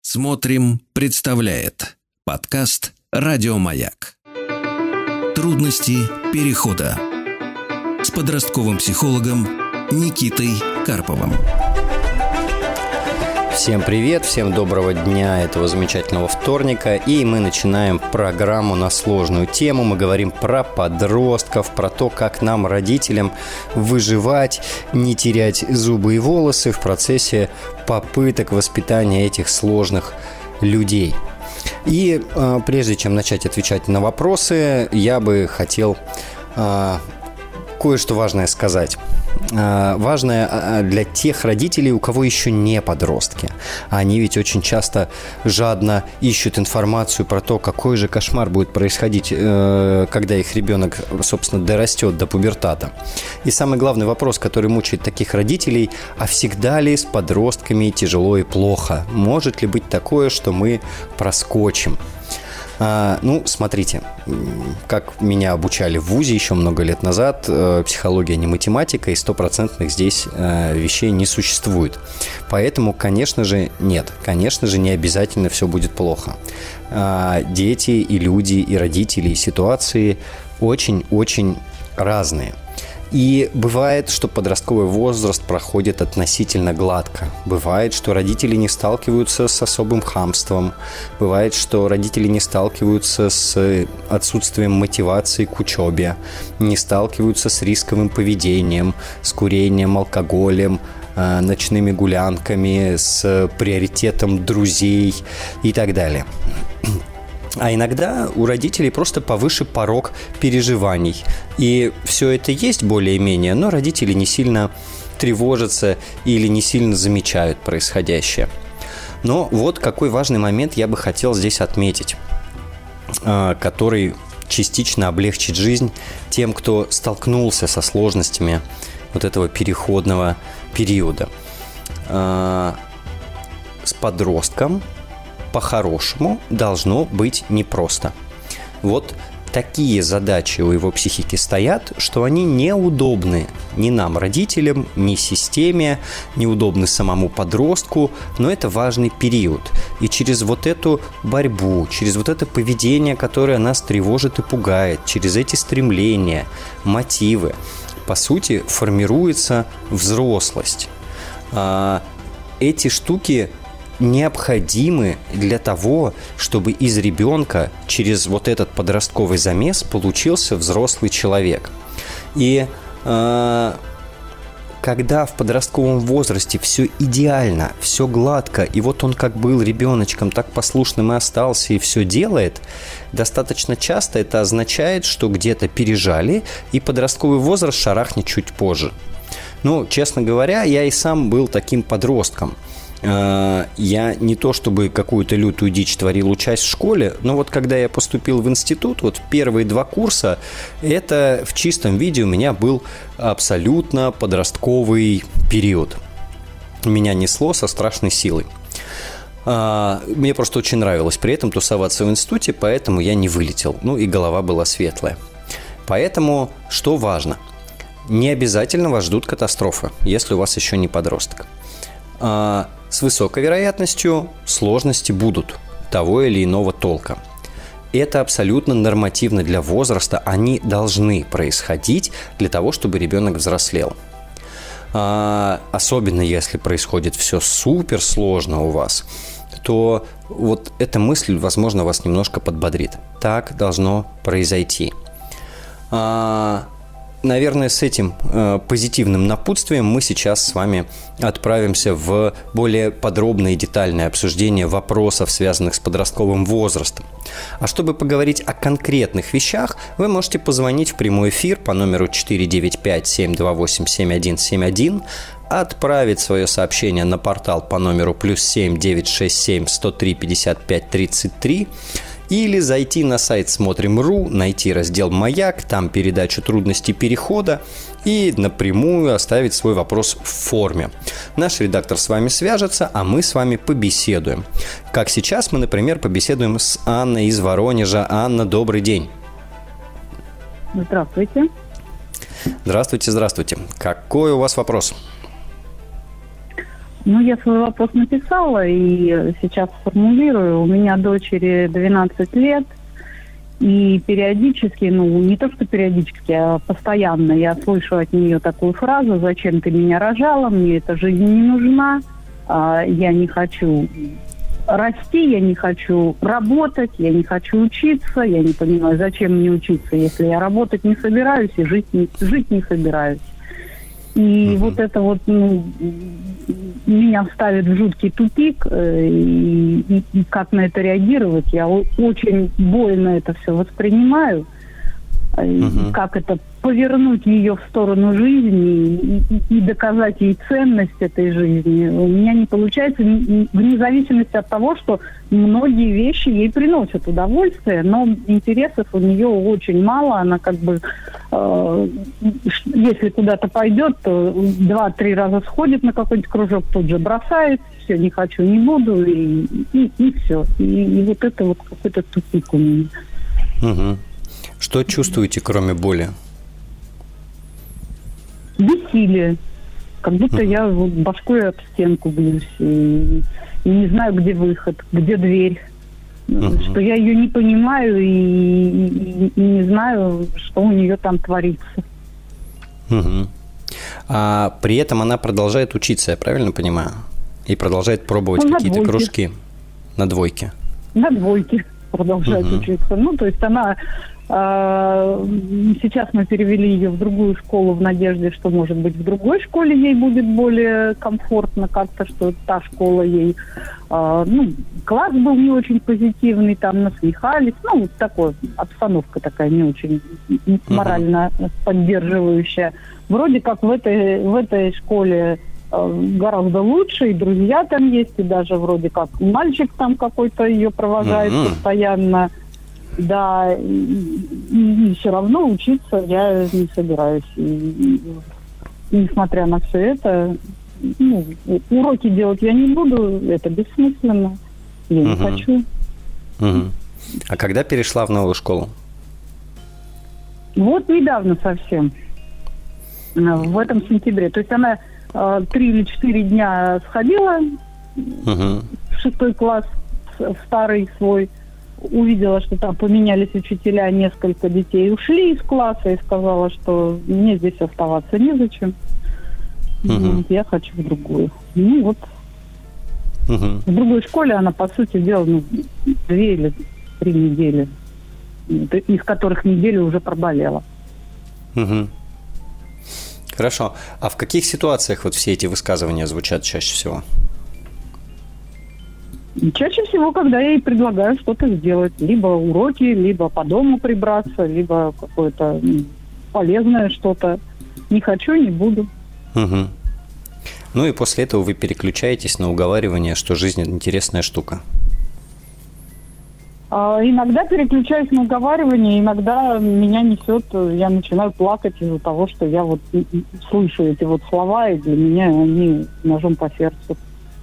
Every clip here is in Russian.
Смотрим, представляет подкаст «Радиомаяк». Трудности перехода с подростковым психологом Никитой Карповым. Всем привет, всем доброго дня этого замечательного вторника. И мы начинаем программу на сложную тему. Мы говорим про подростков, про то, как нам, родителям, выживать, не терять зубы и волосы в процессе попыток воспитания этих сложных людей. И прежде чем начать отвечать на вопросы, я бы хотел кое-что важное сказать. Важное для тех родителей, у кого еще не подростки. Они ведь очень часто жадно ищут информацию про то, какой же кошмар будет происходить, когда их ребенок, собственно, дорастет до пубертата. И самый главный вопрос, который мучает таких родителей: а всегда ли с подростками тяжело и плохо? Может ли быть такое, что мы проскочим? Смотрите, как меня обучали в ВУЗе еще много лет назад, психология не математика, и стопроцентных здесь вещей не существует. Поэтому, конечно же, нет, конечно же, не обязательно все будет плохо. Дети и люди, и родители, и ситуации очень-очень разные. И бывает, что подростковый возраст проходит относительно гладко. Бывает, что родители не сталкиваются с особым хамством. Бывает, что родители не сталкиваются с отсутствием мотивации к учебе, не сталкиваются с рисковым поведением, с курением, алкоголем, ночными гулянками, с приоритетом друзей и так далее. А иногда у родителей просто повыше порог переживаний. И все это есть более-менее, но родители не сильно тревожатся или не сильно замечают происходящее. Но вот какой важный момент я бы хотел здесь отметить, который частично облегчит жизнь тем, кто столкнулся со сложностями вот этого переходного периода. С подростком по-хорошему должно быть непросто. Вот такие задачи у его психики стоят, что они неудобны ни нам, родителям, ни системе, неудобны самому подростку, но это важный период. И через вот эту борьбу, через вот это поведение, которое нас тревожит и пугает, через эти стремления, мотивы, по сути, формируется взрослость. Эти штуки необходимы для того, чтобы из ребенка через вот этот подростковый замес получился взрослый человек. И когда в подростковом возрасте все идеально, все гладко, и вот он как был ребеночком, так послушным и остался, и все делает, достаточно часто это означает, что где-то пережали, и подростковый возраст шарахнет чуть позже. Честно говоря, я и сам был таким подростком. Я не то чтобы какую-то лютую дичь творил, учась в школе, но вот когда я поступил в институт, вот первые 2 курса, это в чистом виде у меня был абсолютно подростковый период. Меня несло со страшной силой. Мне просто очень нравилось при этом тусоваться в институте, поэтому я не вылетел. И голова была светлая. Поэтому, что важно, не обязательно вас ждут катастрофы, если у вас еще не подросток. С высокой вероятностью сложности будут того или иного толка. Это абсолютно нормативно для возраста, они должны происходить для того, чтобы ребенок взрослел. Особенно если происходит все супер сложно у вас, то вот эта мысль, возможно, вас немножко подбодрит. Так должно произойти. Наверное, с этим позитивным напутствием мы сейчас с вами отправимся в более подробное и детальное обсуждение вопросов, связанных с подростковым возрастом. А чтобы поговорить о конкретных вещах, вы можете позвонить в прямой эфир по номеру 495-728-7171, отправить свое сообщение на портал по номеру +7 967 103 55 33 или зайти на сайт Смотрим.ру, найти раздел «Маяк», там передачу «Трудности перехода» и напрямую оставить свой вопрос в форме. Наш редактор с вами свяжется, а мы с вами побеседуем. Как сейчас мы, например, побеседуем с Анной из Воронежа. Анна, добрый день. Здравствуйте. Здравствуйте. Какой у вас вопрос? Ну, я свой вопрос написала и сейчас формулирую. У меня дочери 12 лет, и периодически, ну, не то что периодически, а постоянно я слышу от нее такую фразу: «Зачем ты меня рожала? Мне эта жизнь не нужна, я не хочу расти, я не хочу работать, я не хочу учиться, я не понимаю, зачем мне учиться, если я работать не собираюсь и жить не собираюсь». И вот это вот, ну, меня ставит в жуткий тупик, и как на это реагировать, я очень больно это все воспринимаю. Как это повернуть ее в сторону жизни и доказать ей ценность этой жизни. У меня не получается, вне зависимости от того, что многие вещи ей приносят удовольствие, но интересов у нее очень мало. Она как бы, если куда-то пойдет, то 2-3 раза сходит на какой-нибудь кружок, тут же бросает, все, не хочу, не буду, и все. И вот это вот какой-то тупик у меня. Что чувствуете, кроме боли? Бессилие. Как будто я вот башкой об стенку бьюсь. И не знаю, где выход, где дверь. Что я ее не понимаю и не знаю, что у нее там творится. А при этом она продолжает учиться, я правильно понимаю? И продолжает пробовать какие-то кружки на двойке? На двойке продолжает учиться. Ну, то есть она... Сейчас мы перевели ее в другую школу в надежде, что, может быть, в другой школе ей будет более комфортно как-то, что та школа ей... Ну, класс был не очень позитивный, там насмехались. Ну, вот такая обстановка такая не очень морально поддерживающая. Вроде как в этой школе гораздо лучше, и друзья там есть, и даже вроде как мальчик там какой-то ее провожает постоянно. Да, и все равно учиться я не собираюсь. И несмотря на все это, ну, уроки делать я не буду, это бессмысленно, я не хочу. А когда перешла в новую школу? Вот недавно совсем, в этом сентябре. То есть она 3 или 4 дня сходила в 6 класс, в старый свой, увидела, что там поменялись учителя, несколько детей ушли из класса, и сказала, что мне здесь оставаться незачем. Я хочу в другую. Ну вот. В другой школе она, по сути дела, 2 или 3 недели, из которых неделю уже проболела. Хорошо. А в каких ситуациях вот все эти высказывания звучат чаще всего? Чаще всего, когда я ей предлагаю что-то сделать. Либо уроки, либо по дому прибраться, либо какое-то полезное что-то. Не хочу, не буду. Ну и после этого вы переключаетесь на уговаривание, что жизнь – интересная штука. Иногда переключаюсь на уговаривание, иногда меня несет, я начинаю плакать из-за того, что я вот слышу эти вот слова, и для меня они ножом по сердцу.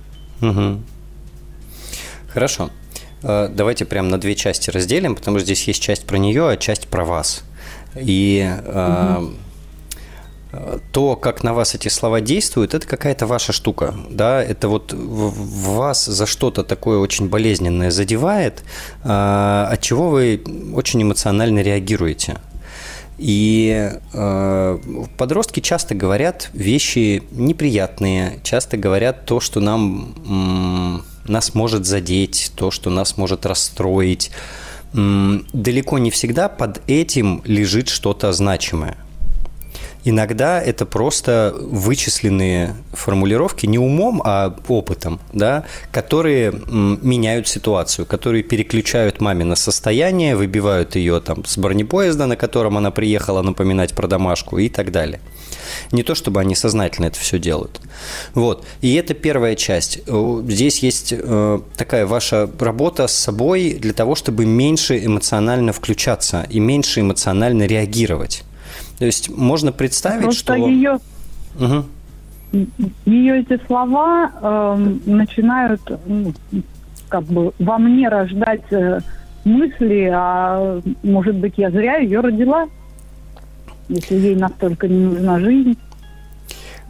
Хорошо. Давайте прям на 2 части разделим, потому что здесь есть часть про нее, а часть про вас. И то, как на вас эти слова действуют, это какая-то ваша штука, да, это вот в вас за что-то такое очень болезненное задевает, от чего вы очень эмоционально реагируете. И подростки часто говорят вещи неприятные, часто говорят то, что нас может задеть, то, что нас может расстроить. Далеко не всегда под этим лежит что-то значимое. Иногда это просто вычисленные формулировки не умом, а опытом, да, которые меняют ситуацию, которые переключают мамино состояние, выбивают ее там с бронепоезда, на котором она приехала напоминать про домашку и так далее. Не то, чтобы они сознательно это все делают. Вот. И это первая часть. Здесь есть такая ваша работа с собой для того, чтобы меньше эмоционально включаться и меньше эмоционально реагировать. То есть можно представить, просто что... Ее эти слова начинают как бы во мне рождать мысли, а может быть, я зря ее родила, если ей настолько не нужна жизнь.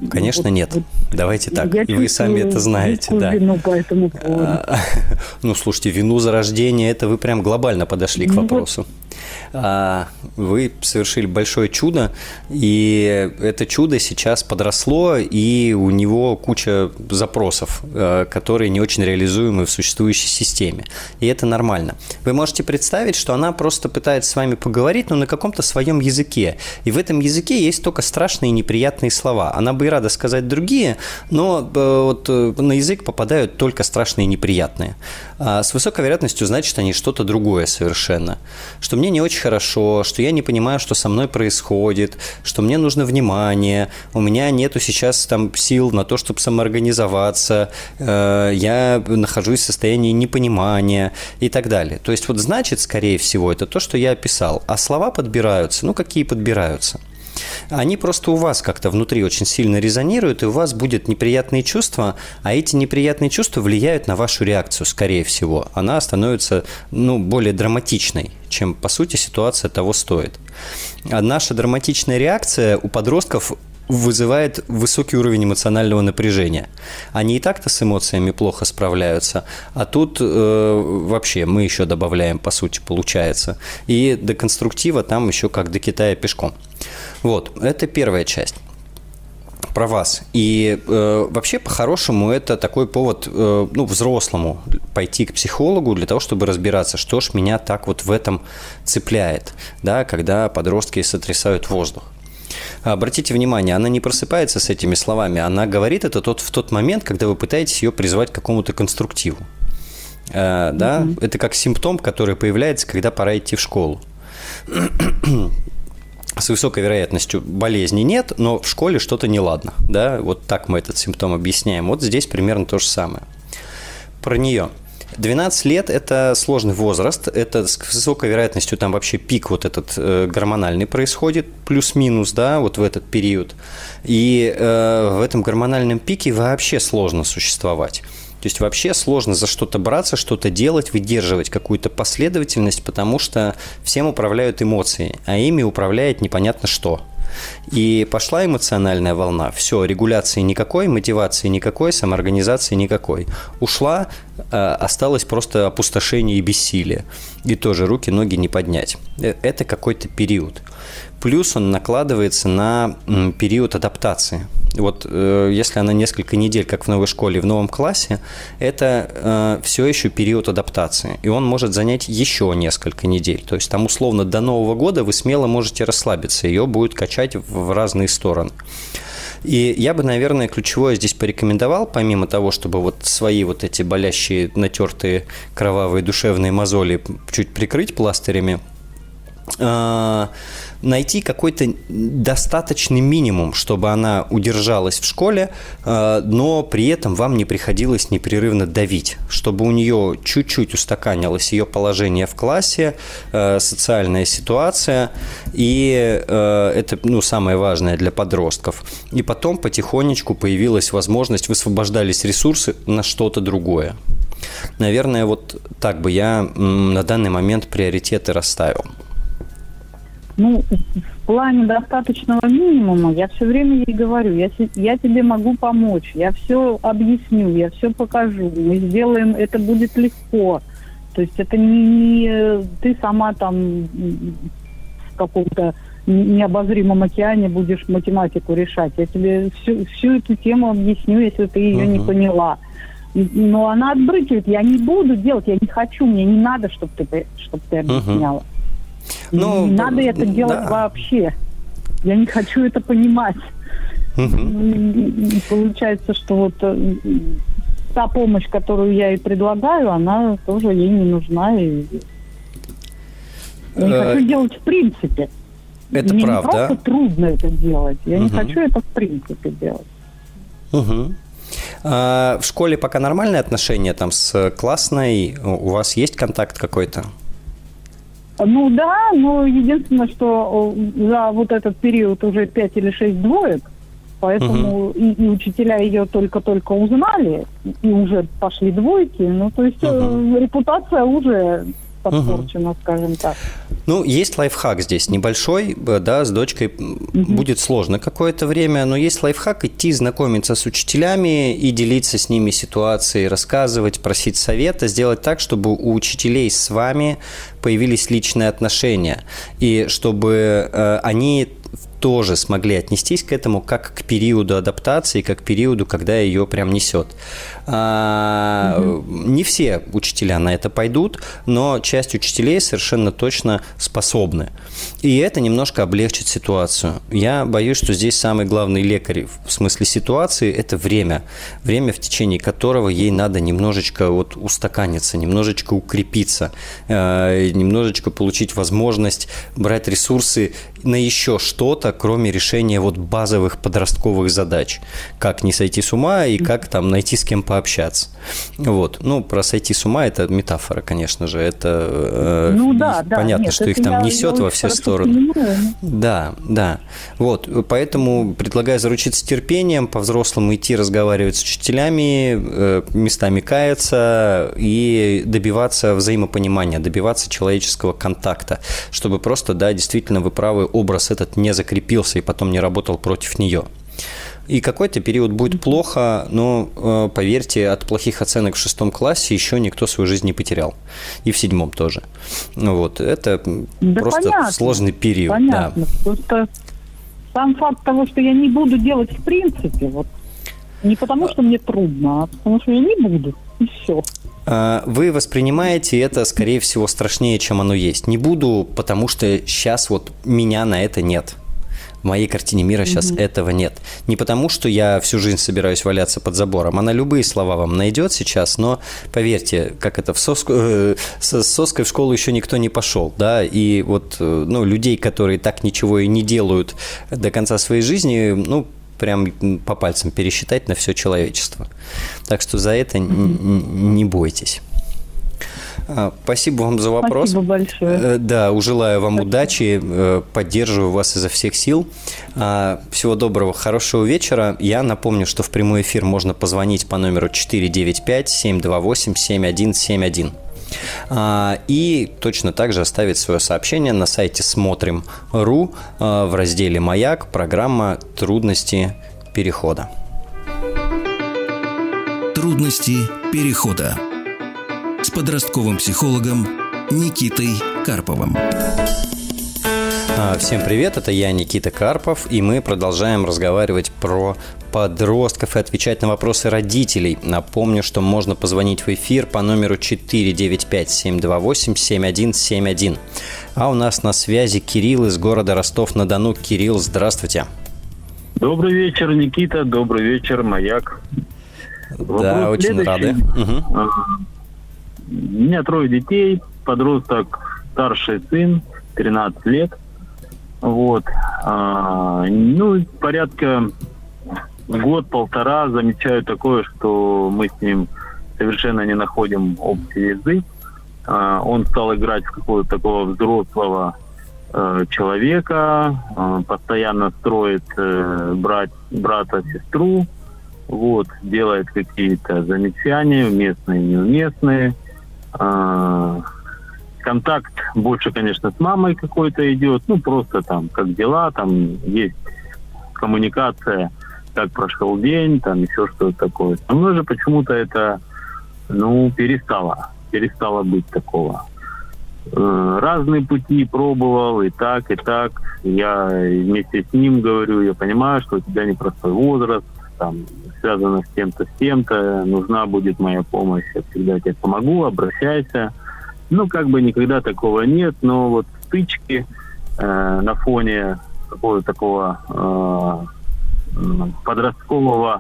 Конечно, нет. Давайте так. И вы сами это знаете. Да. Вину по этому поводу. Ну, слушайте, вину за рождение, это вы прям глобально подошли к вопросу. Вы совершили большое чудо, и это чудо сейчас подросло, и у него куча запросов, которые не очень реализуемы в существующей системе. И это нормально. Вы можете представить, что она просто пытается с вами поговорить, но на каком-то своем языке. И в этом языке есть только страшные и неприятные слова. Она бы и рада сказать другие, но вот на язык попадают только страшные и неприятные. А с высокой вероятностью значит они что-то другое совершенно. Что мне не очень хорошо, что я не понимаю, что со мной происходит, что мне нужно внимание, у меня нету сейчас там сил на то, чтобы самоорганизоваться, я нахожусь в состоянии непонимания и так далее. То есть вот значит, скорее всего, это то, что я описал. А слова подбираются, ну какие подбираются? Они просто у вас как-то внутри очень сильно резонируют, и у вас будут неприятные чувства, а эти неприятные чувства влияют на вашу реакцию, скорее всего. Она становится, более драматичной, чем, по сути, ситуация того стоит. А наша драматичная реакция у подростков вызывает высокий уровень эмоционального напряжения. Они и так-то с эмоциями плохо справляются, а тут вообще мы еще добавляем, по сути, получается. И до конструктива там еще как до Китая пешком. Вот, это первая часть про вас. И вообще, по-хорошему, это такой повод, взрослому пойти к психологу для того, чтобы разбираться, что ж меня так вот в этом цепляет, да, когда подростки сотрясают воздух. Обратите внимание, она не просыпается с этими словами, она говорит это в тот момент, когда вы пытаетесь ее призвать к какому-то конструктиву. Да? Это как симптом, который появляется, когда пора идти в школу. С высокой вероятностью болезни нет, но в школе что-то неладно. Да? Вот так мы этот симптом объясняем. Вот здесь примерно то же самое. Про нее. 12 лет – это сложный возраст, это с высокой вероятностью там вообще пик вот этот гормональный происходит, плюс-минус, да, вот в этот период. И в этом гормональном пике вообще сложно существовать. То есть вообще сложно за что-то браться, что-то делать, выдерживать какую-то последовательность, потому что всем управляют эмоции, а ими управляет непонятно что. И пошла эмоциональная волна, все, регуляции никакой, мотивации никакой, самоорганизации никакой. Ушла, осталось просто опустошение и бессилие. И тоже руки, ноги не поднять. Это какой-то период. Плюс он накладывается на период адаптации. Вот если она несколько недель, как в новой школе, в новом классе, это все еще период адаптации. И он может занять еще несколько недель. То есть там условно до Нового года вы смело можете расслабиться. Ее будет качать в разные стороны. И я бы, наверное, ключевое здесь порекомендовал, помимо того, чтобы вот свои вот эти болящие, натертые, кровавые душевные мозоли чуть прикрыть пластырями, найти какой-то достаточный минимум, чтобы она удержалась в школе, но при этом вам не приходилось непрерывно давить, чтобы у нее чуть-чуть устаканилось ее положение в классе, социальная ситуация, и это самое важное для подростков. И потом потихонечку появилась возможность, высвобождались ресурсы на что-то другое. Наверное, вот так бы я на данный момент приоритеты расставил. В плане достаточного минимума я все время ей говорю, я тебе могу помочь, я все объясню, я все покажу, мы сделаем, это будет легко. То есть это не ты сама там в каком-то необозримом океане будешь математику решать. Я тебе всю эту тему объясню, если ты ее не поняла. Но она отбрыкивает, я не буду делать, я не хочу, мне не надо, чтобы ты объясняла. Не надо это делать вообще. Я не хочу это понимать. Получается, что вот та помощь, которую я ей предлагаю, она тоже ей не нужна. И я не хочу делать в принципе. Это мне правда. Мне не просто трудно это делать. Я не хочу это в принципе делать. В школе пока нормальные отношения там с классной? У вас есть контакт какой-то? Да, но единственное, что за вот этот период уже 5 или 6 двоек, поэтому и учителя ее только-только узнали, и уже пошли двойки, то есть репутация уже подпорчено, скажем так. Ну, есть лайфхак здесь небольшой, да, с дочкой будет сложно какое-то время, но есть лайфхак идти знакомиться с учителями и делиться с ними ситуацией, рассказывать, просить совета, сделать так, чтобы у учителей с вами появились личные отношения, и чтобы они тоже смогли отнестись к этому как к периоду адаптации, как к периоду, когда ее прям несет. Не все учителя на это пойдут, но часть учителей совершенно точно способны. И это немножко облегчит ситуацию. Я боюсь, что здесь самый главный лекарь в смысле ситуации – это время. Время, в течение которого ей надо немножечко вот устаканиться, немножечко укрепиться, немножечко получить возможность брать ресурсы на еще что-то, кроме решения вот базовых подростковых задач. Как не сойти с ума и как там найти с кем пообщаться. Вот. Ну, про сойти с ума – это метафора, конечно же. Это понятно, что их там несет во все стороны. Да. Вот. Поэтому предлагаю заручиться терпением, по-взрослому идти разговаривать с учителями, местами каяться и добиваться взаимопонимания, добиваться человеческого контакта, чтобы просто, да, действительно, вы правы, образ этот не закрепился и потом не работал против нее. И какой-то период будет плохо, но, поверьте, от плохих оценок в 6 классе еще никто свою жизнь не потерял. И в 7 тоже. Вот. Это просто понятно, сложный период. Понятно. Да. Просто сам факт того, что я не буду делать в принципе, вот, не потому, что мне трудно, а потому, что я не буду. И все. Вы воспринимаете это, скорее всего, страшнее, чем оно есть. Не буду, потому что сейчас вот меня на это нет. В моей картине мира сейчас этого нет. Не потому, что я всю жизнь собираюсь валяться под забором. Она любые слова вам найдет сейчас, но поверьте, как это, с соской в школу еще никто не пошел, да, и вот, ну, людей, которые так ничего и не делают до конца своей жизни, ну, прям по пальцам пересчитать на все человечество. Так что за это не бойтесь. Спасибо вам за вопрос. Спасибо большое. Да, желаю вам удачи, поддерживаю вас изо всех сил. Всего доброго, хорошего вечера. Я напомню, что в прямой эфир можно позвонить по номеру 495-728-7171. И точно так же оставить свое сообщение на сайте смотрим.ру в разделе «Маяк», программа «Трудности перехода». Трудности перехода с подростковым психологом Никитой Карповым. Всем привет, это я, Никита Карпов, и мы продолжаем разговаривать про подростков и отвечать на вопросы родителей. Напомню, что можно позвонить в эфир по номеру 495-728-7171. А у нас на связи Кирилл из города Ростов-на-Дону. Кирилл, здравствуйте. Добрый вечер, Никита, добрый вечер, Маяк. Да, очень рады. У меня 3 детей, подросток, старший сын, 13 лет. Вот. Порядка год-полтора замечаю такое, что мы с ним совершенно не находим общий язык. Он стал играть в какого-то такого взрослого человека, постоянно строит брата-сестру, вот, делает какие-то замечания, уместные и неуместные. Контакт больше, конечно, с мамой какой-то идет, ну, просто там, как дела, там есть коммуникация, как прошел день, там еще что-то такое. Со мной же почему-то это, перестало быть такого. Разные пути пробовал, и так. Я вместе с ним говорю, я понимаю, что у тебя непростой возраст, там, связано с тем-то, нужна будет моя помощь, я всегда тебе помогу, обращайся. Никогда такого нет, но вот стычки на фоне какого-то такого подросткового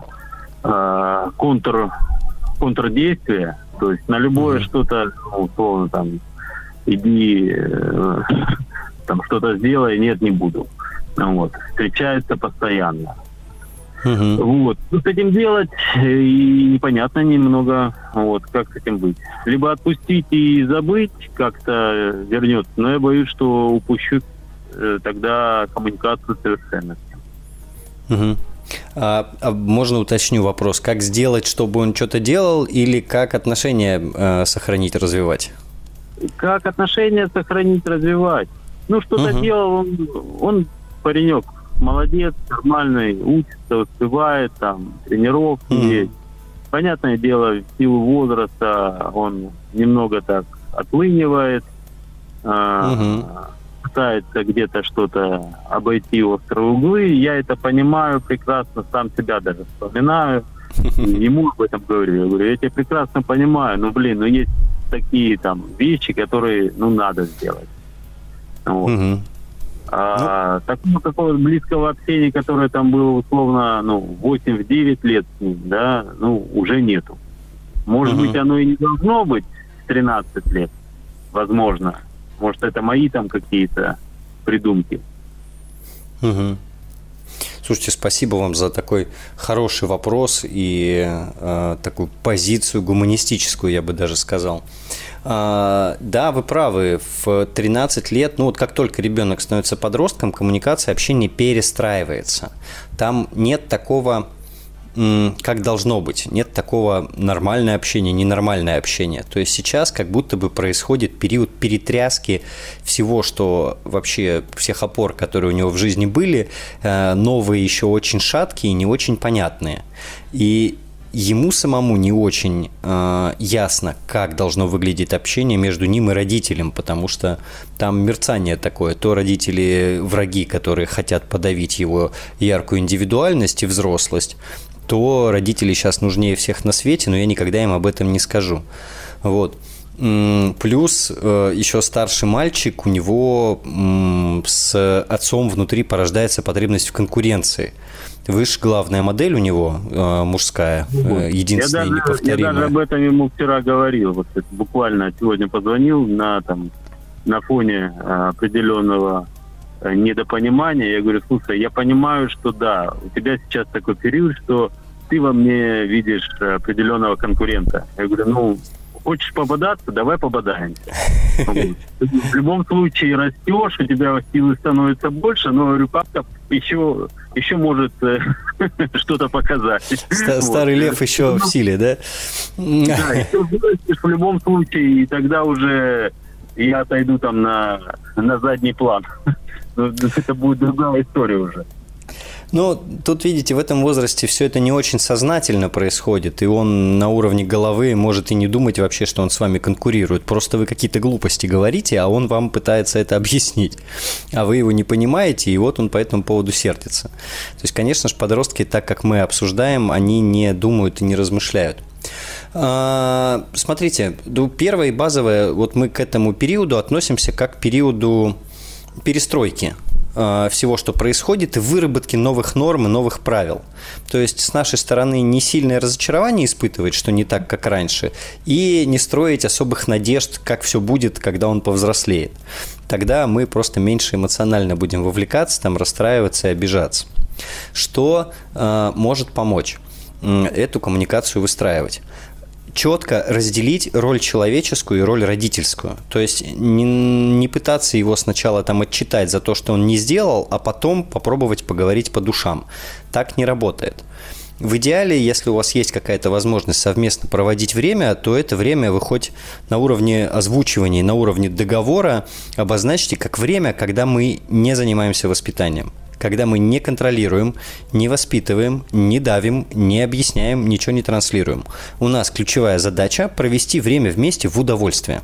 контрдействия, то есть на любое что-то, условно, там, иди, там, что-то сделай, нет, не буду. Вот. Встречаются постоянно. Вот. Что с этим делать, и непонятно немного, вот, как с этим быть. Либо отпустить и забыть, как-то вернется, но я боюсь, что упущу тогда коммуникацию совершенно. Можно уточню вопрос, как сделать, чтобы он что-то делал, или как отношения сохранить, развивать? как отношения сохранить, развивать. Ну, что-то делал, он паренек молодец, нормальный, учится, успевает, там, тренировки есть. Понятное дело, в силу возраста он немного так отлынивает, пытается где-то что-то обойти острые углы. Я это понимаю прекрасно, сам себя даже вспоминаю. Ему об этом говорю. Я говорю, я тебя прекрасно понимаю, но, есть такие там вещи, которые, надо сделать. Вот. Такого близкого общения, которое там было условно, 8-9 лет с ним, да, уже нету. Может быть, оно и не должно быть с 13 лет, возможно. Может, это мои там какие-то придумки. Слушайте, спасибо вам за такой хороший вопрос и такую позицию гуманистическую, я бы даже сказал. Да, вы правы, в 13 лет, как только ребенок становится подростком, коммуникация, общение перестраивается. Там нет такого, как должно быть, нет такого нормальное общение, ненормальное общение. То есть сейчас как будто бы происходит период перетряски всего, что вообще, всех опор, которые у него в жизни были, новые еще очень шаткие и не очень понятные. И ему самому не очень ясно, как должно выглядеть общение между ним и родителем, потому что там мерцание такое. То родители враги, которые хотят подавить его яркую индивидуальность и взрослость, то родители сейчас нужнее всех на свете, но я никогда им об этом не скажу. Вот. Плюс еще старший мальчик, у него с отцом внутри порождается потребность в конкуренции. Вы же главная модель у него, мужская, единственная, неповторимая. Я даже об этом ему вчера говорил. Вот буквально сегодня позвонил на фоне определенного недопонимания. Я говорю, слушай, я понимаю, что да, у тебя сейчас такой период, что ты во мне видишь определенного конкурента. Я говорю, хочешь пободаться, давай пободаемся. В любом случае растешь, у тебя силы становится больше, но, говорю, папка еще может что-то показать. Старый лев еще в силе, да? Да, еще вырастешь в любом случае, и тогда уже я отойду там на задний план. Это будет другая история уже. Тут, видите, в этом возрасте все это не очень сознательно происходит, и он на уровне головы может и не думать вообще, что он с вами конкурирует. Просто вы какие-то глупости говорите, а он вам пытается это объяснить. А вы его не понимаете, и вот он по этому поводу сердится. То есть, конечно же, подростки, так как мы обсуждаем, они не думают и не размышляют. Смотрите, первое и базовое, вот мы к этому периоду относимся как к периоду перестройки всего, что происходит, и выработки новых норм и новых правил. То есть с нашей стороны не сильное разочарование испытывать, что не так, как раньше, и не строить особых надежд, как все будет, когда он повзрослеет. Тогда мы просто меньше эмоционально будем вовлекаться, расстраиваться и обижаться. Что может помочь эту коммуникацию выстраивать? Четко разделить роль человеческую и роль родительскую. То есть не пытаться его сначала отчитать за то, что он не сделал, а потом попробовать поговорить по душам. Так не работает. В идеале, если у вас есть какая-то возможность совместно проводить время, то это время вы хоть на уровне озвучивания, на уровне договора обозначьте как время, когда мы не занимаемся воспитанием. Когда мы не контролируем, не воспитываем, не давим, не объясняем, ничего не транслируем. У нас ключевая задача – провести время вместе в удовольствие.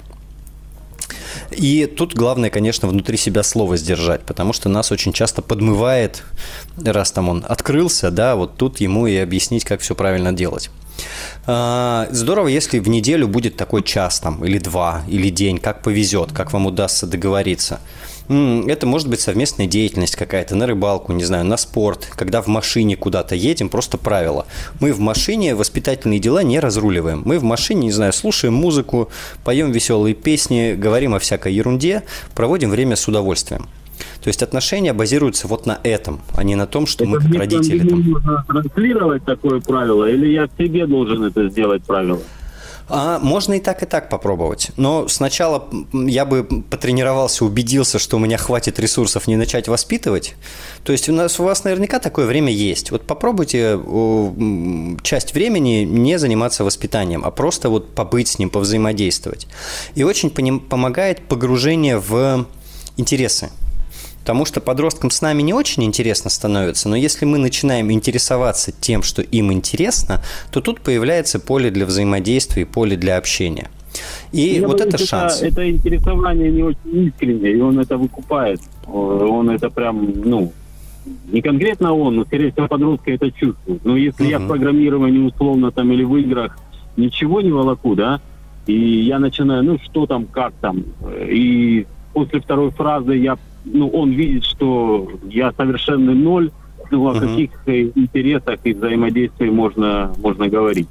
И тут главное, конечно, внутри себя слово сдержать, потому что нас очень часто подмывает, раз он открылся, вот тут ему и объяснить, как все правильно делать. Здорово, если в неделю будет такой час или 2, или день, как повезет, как вам удастся договориться. Это может быть совместная деятельность какая-то, на рыбалку, не знаю, на спорт, когда в машине куда-то едем, просто правило. Мы в машине воспитательные дела не разруливаем. Мы в машине, не знаю, слушаем музыку, поем веселые песни, говорим о всякой ерунде, проводим время с удовольствием. То есть отношения базируются вот на этом, а не на том, что мы как родители. Нужно транслировать такое правило, или я в себе должен это сделать правило? Можно и так попробовать. Но сначала я бы потренировался, убедился, что у меня хватит ресурсов не начать воспитывать. То есть у вас наверняка такое время есть. Вот попробуйте часть времени не заниматься воспитанием, а просто вот побыть с ним, повзаимодействовать. И очень помогает погружение в интересы. Потому что подросткам с нами не очень интересно становится, но если мы начинаем интересоваться тем, что им интересно, то тут появляется поле для взаимодействия и поле для общения. И вот это шанс. Это интересование не очень искреннее, и он это выкупает. Он это прям, не конкретно он, но, скорее всего, подростка это чувствует. Но если я в программировании условно там или в играх ничего не волоку, да, и я начинаю, что там, как там, и после второй фразы он видит, что я совершенный ноль, о каких интересах и взаимодействии можно говорить.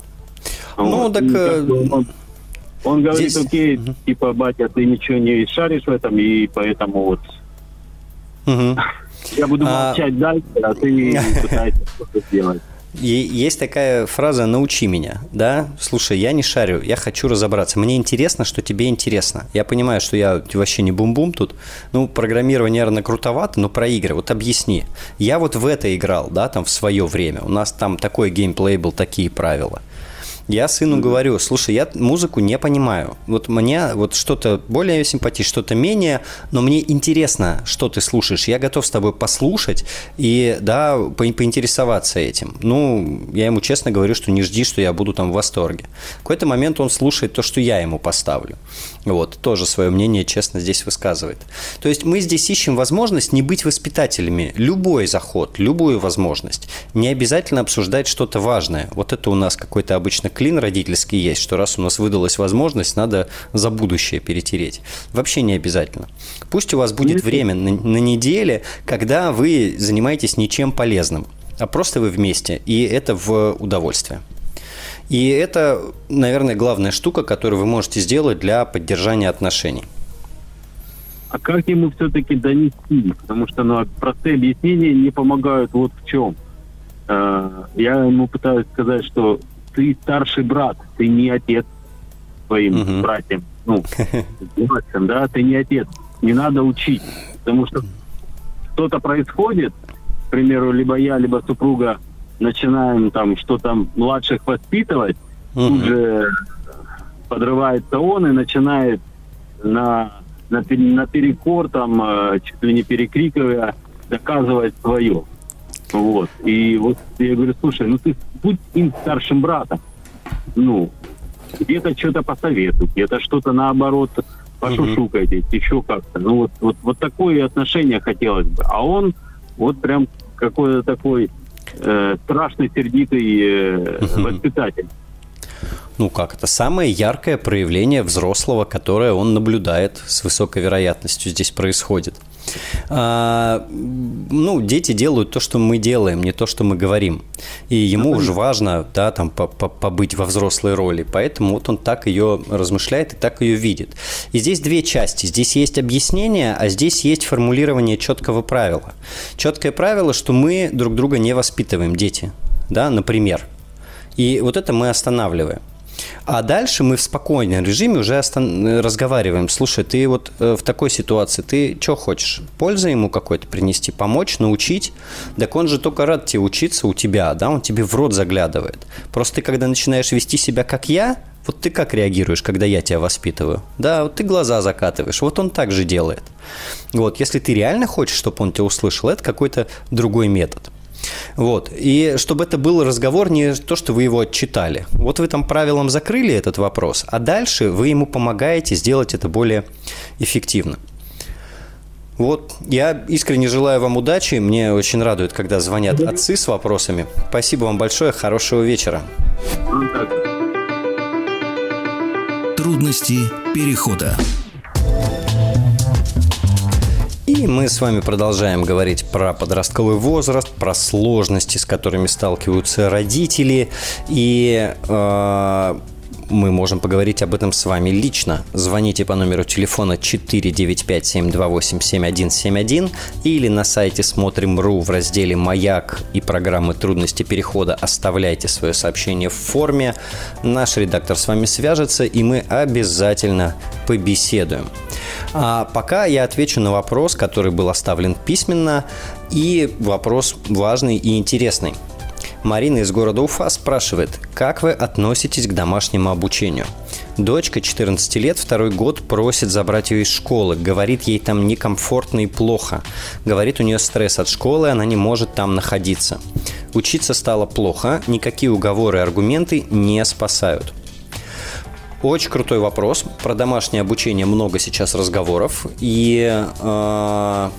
Он говорит, здесь... окей, типа, батя, ты ничего не шаришь в этом, и поэтому вот я буду молчать дальше, а ты пытаешься что-то сделать. Есть такая фраза «научи меня», да? Слушай, я не шарю, я хочу разобраться. Мне интересно, что тебе интересно. Я понимаю, что я вообще не бум-бум тут. Программирование, наверное, крутовато, но про игры. Вот объясни. Я вот в это играл, да, там в свое время. У нас там такой геймплей был, такие правила. Я сыну говорю, слушай, я музыку не понимаю. Вот мне вот что-то более симпатично, что-то менее, но мне интересно, что ты слушаешь. Я готов с тобой послушать и, да, поинтересоваться этим. Я ему честно говорю, что не жди, что я буду там в восторге. В какой-то момент он слушает то, что я ему поставлю. Вот, тоже свое мнение честно здесь высказывает. То есть мы здесь ищем возможность не быть воспитателями. Любой заход, любую возможность. Не обязательно обсуждать что-то важное. Вот это у нас какой-то обычно клин родительский есть, что раз у нас выдалась возможность, надо за будущее перетереть. Вообще не обязательно. Пусть у вас будет время на неделе, когда вы занимаетесь ничем полезным, а просто вы вместе, и это в удовольствие. И это, наверное, главная штука, которую вы можете сделать для поддержания отношений. А как ему все-таки донести? Потому что простые объяснения не помогают вот в чем. Я ему пытаюсь сказать, что ты старший брат, ты не отец своим братьям. Младшим, да, ты не отец. Не надо учить. Потому что что-то происходит, к примеру, либо я, либо супруга начинаем там что-то младших воспитывать, тут же подрывается он и начинает наперекор, там, чуть ли не перекрикивая, доказывать свое. Вот. И вот я говорю, слушай, ты будь им старшим братом. Где-то что-то посоветуй, где-то что-то наоборот пошушукайте, еще как-то. Вот такое отношение хотелось бы. А он вот прям какой-то такой страшный, сердитый воспитатель. Это самое яркое проявление взрослого, которое он наблюдает с высокой вероятностью здесь происходит. Дети делают то, что мы делаем, не то, что мы говорим. И ему уже важно, да, там, побыть во взрослой роли. Поэтому вот он так ее размышляет и так ее видит. И здесь две части. Здесь есть объяснение, а здесь есть формулирование четкого правила. Четкое правило, что мы друг друга не воспитываем, дети. Да, например. И вот это мы останавливаем. А дальше мы в спокойном режиме уже разговариваем. Слушай, ты вот в такой ситуации, ты что хочешь? Пользу ему какой-то принести, помочь, научить? Так он же только рад тебе учиться у тебя, да? Он тебе в рот заглядывает. Просто ты, когда начинаешь вести себя как я, вот ты как реагируешь, когда я тебя воспитываю? Да, вот ты глаза закатываешь, вот он так же делает. Вот, если ты реально хочешь, чтобы он тебя услышал, это какой-то другой метод. Вот. И чтобы это был разговор, не то, что вы его отчитали. Вот вы там правилом закрыли этот вопрос, а дальше вы ему помогаете сделать это более эффективно. Вот. Я искренне желаю вам удачи. Мне очень радует, когда звонят отцы с вопросами. Спасибо вам большое. Хорошего вечера. Трудности перехода. И мы с вами продолжаем говорить про подростковый возраст, про сложности, с которыми сталкиваются родители. И мы можем поговорить об этом с вами лично. Звоните по номеру телефона 495-728-7171 или на сайте смотрим.ру в разделе «Маяк» и программы «Трудности перехода» оставляйте свое сообщение в форме. Наш редактор с вами свяжется, и мы обязательно побеседуем. А пока я отвечу на вопрос, который был оставлен письменно, и вопрос важный и интересный. Марина из города Уфа спрашивает, как вы относитесь к домашнему обучению? Дочка 14 лет, 2-й год, просит забрать ее из школы. Говорит, ей там некомфортно и плохо. Говорит, у нее стресс от школы, она не может там находиться. Учиться стало плохо, никакие уговоры и аргументы не спасают. Очень крутой вопрос. Про домашнее обучение много сейчас разговоров. Но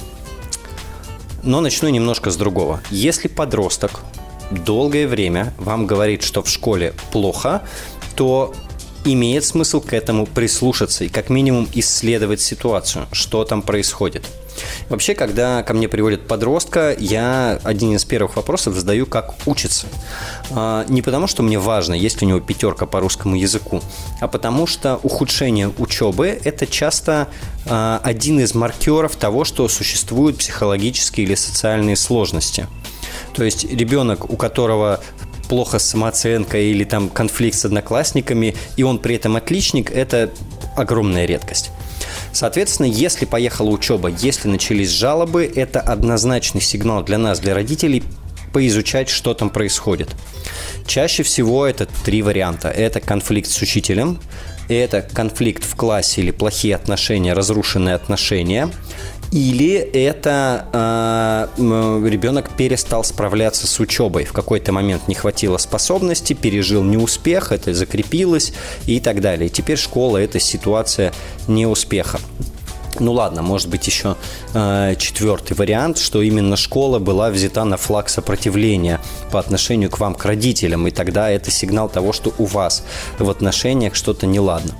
начну немножко с другого. Если подросток долгое время вам говорит, что в школе плохо, то имеет смысл к этому прислушаться и как минимум исследовать ситуацию, что там происходит. Вообще, когда ко мне приводят подростка, я один из первых вопросов задаю, как учится. Не потому, что мне важно, есть ли у него 5 по русскому языку, а потому что ухудшение учебы – это часто один из маркеров того, что существуют психологические или социальные сложности. То есть ребенок, у которого плохо с самооценкой или там конфликт с одноклассниками, и он при этом отличник, это огромная редкость. Соответственно, если поехала учеба, если начались жалобы, это однозначный сигнал для нас, для родителей, поизучать, что там происходит. Чаще всего это 3 варианта. Это конфликт с учителем, это конфликт в классе или плохие отношения, разрушенные отношения, или это ребенок перестал справляться с учебой. В какой-то момент не хватило способности, пережил неуспех, это закрепилось и так далее. И теперь школа – это ситуация неуспеха. Ну ладно, может быть еще 4-й вариант, что именно школа была взята на флаг сопротивления по отношению к вам, к родителям, и тогда это сигнал того, что у вас в отношениях что-то неладно.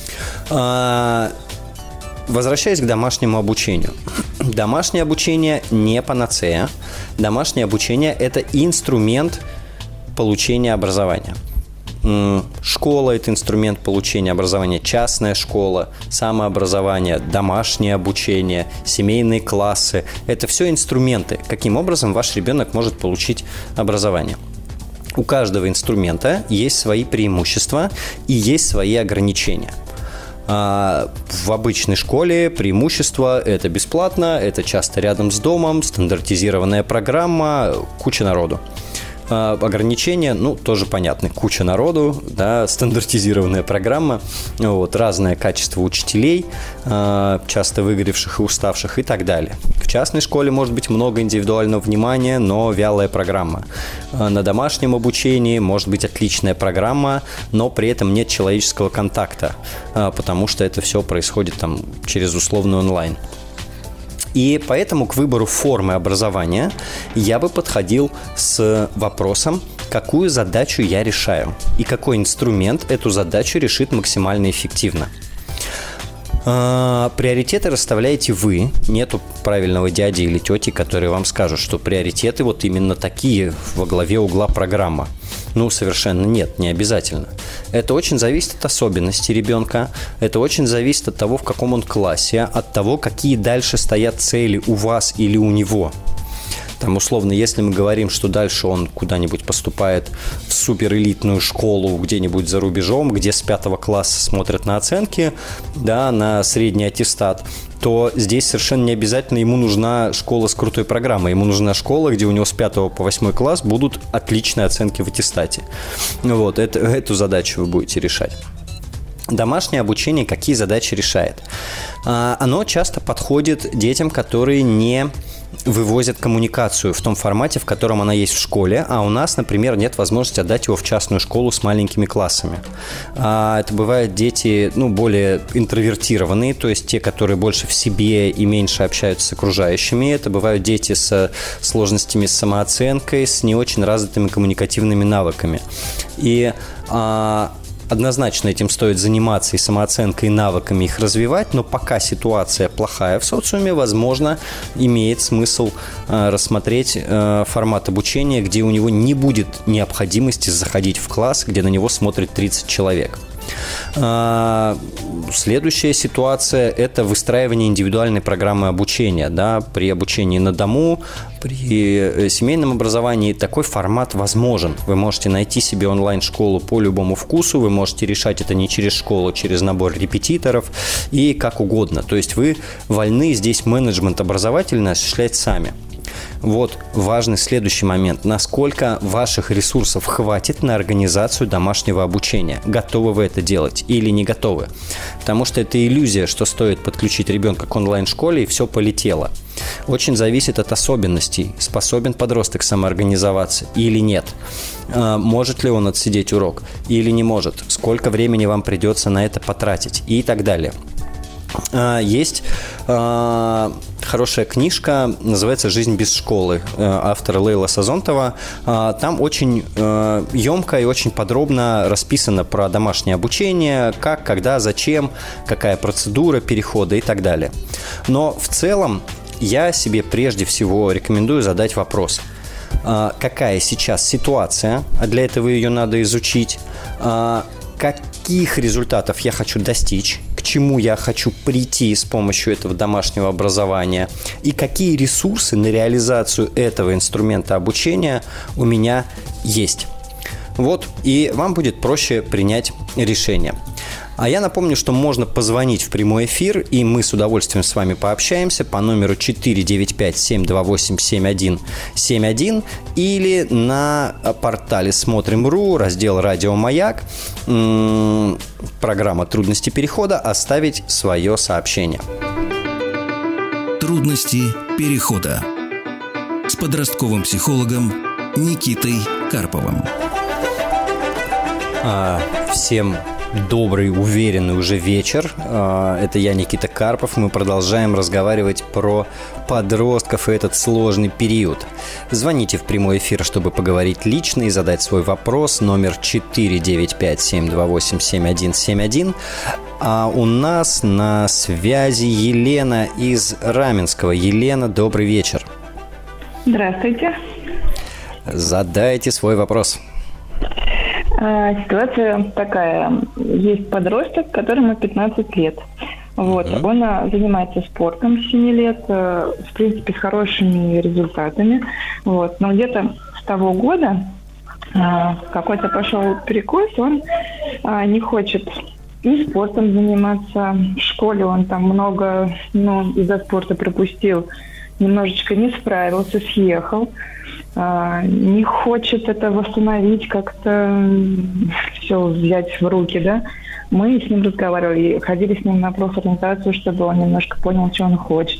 Возвращаясь к домашнему обучению. Домашнее обучение не панацея. Домашнее обучение – это инструмент получения образования. Школа – это инструмент получения образования, частная школа, самообразование, домашнее обучение, семейные классы – это все инструменты, каким образом ваш ребенок может получить образование. У каждого инструмента есть свои преимущества и есть свои ограничения. В обычной школе преимущество – это бесплатно, это часто рядом с домом, стандартизированная программа, куча народу. Ограничения, тоже понятны. Куча народу, да, стандартизированная программа, разное качество учителей, часто выгоревших и уставших и так далее. В частной школе может быть много индивидуального внимания, но вялая программа. На домашнем обучении может быть отличная программа, но при этом нет человеческого контакта, потому что это все происходит там через условный онлайн. И поэтому к выбору формы образования я бы подходил с вопросом, какую задачу я решаю и какой инструмент эту задачу решит максимально эффективно. Приоритеты расставляете вы. Нету правильного дяди или тети, которые вам скажут, что приоритеты вот именно такие во главе угла программа. Совершенно нет, не обязательно. Это очень зависит от особенностей ребенка, это очень зависит от того, в каком он классе, от того, какие дальше стоят цели у вас или у него. Там, условно, если мы говорим, что дальше он куда-нибудь поступает в суперэлитную школу где-нибудь за рубежом, где с 5 класса смотрят на оценки, да, на средний аттестат, то здесь совершенно не обязательно ему нужна школа с крутой программой. Ему нужна школа, где у него с 5 по 8 класс будут отличные оценки в аттестате. Эту задачу вы будете решать. Домашнее обучение какие задачи решает? Оно часто подходит детям, которые не вывозят коммуникацию в том формате, в котором она есть в школе, а у нас, например, нет возможности отдать его в частную школу с маленькими классами. Это бывают дети, более интровертированные, то есть те, которые больше в себе и меньше общаются с окружающими. Это бывают дети с сложностями с самооценкой, с не очень развитыми коммуникативными навыками. И однозначно этим стоит заниматься и самооценкой, и навыками их развивать, но пока ситуация плохая в социуме, возможно, имеет смысл рассмотреть формат обучения, где у него не будет необходимости заходить в класс, где на него смотрит 30 человек. Следующая ситуация – это выстраивание индивидуальной программы обучения. Да? При обучении на дому, при семейном образовании такой формат возможен. Вы можете найти себе онлайн-школу по любому вкусу, вы можете решать это не через школу, через набор репетиторов и как угодно. То есть вы вольны здесь менеджмент образовательный осуществлять сами. Вот важный следующий момент. Насколько ваших ресурсов хватит на организацию домашнего обучения? Готовы вы это делать или не готовы? Потому что это иллюзия, что стоит подключить ребенка к онлайн-школе и все полетело. Очень зависит от особенностей. Способен подросток самоорганизоваться или нет? Может ли он отсидеть урок или не может? Сколько времени вам придется на это потратить? И так далее. Есть хорошая книжка, называется «Жизнь без школы», автора Лейла Сазонтова. Там очень емко и очень подробно расписано про домашнее обучение, как, когда, зачем, какая процедура перехода и так далее. Но в целом я себе прежде всего рекомендую задать вопрос. Какая сейчас ситуация, а для этого ее надо изучить, каких результатов я хочу достичь, к чему я хочу прийти с помощью этого домашнего образования и какие ресурсы на реализацию этого инструмента обучения у меня есть. Вот, и вам будет проще принять решение. А я напомню, что можно позвонить в прямой эфир, и мы с удовольствием с вами пообщаемся по номеру 495-728-7171 или на портале «Смотрим.ру», раздел «Радио Маяк», программа «Трудности перехода», оставить свое сообщение. Трудности перехода с подростковым психологом Никитой Карповым. Всем добрый, уверенный уже вечер. Это я, Никита Карпов. Мы продолжаем разговаривать про подростков и этот сложный период. Звоните в прямой эфир, чтобы поговорить лично и задать свой вопрос. Номер 495-728-7171. А у нас на связи Елена из Раменского. Елена, добрый вечер. Здравствуйте. Задайте свой вопрос. Ситуация такая. Есть подросток, которому 15 лет. Вот. Он занимается спортом с 7 лет, в принципе, с хорошими результатами. Вот. Но где-то с того года какой-то пошел перекос, он не хочет и спортом заниматься. В школе он там много из-за спорта пропустил, немножечко не справился, съехал. Не хочет это восстановить, как-то все взять в руки, да. Мы с ним разговаривали, ходили с ним на профориентацию, чтобы он немножко понял, что он хочет.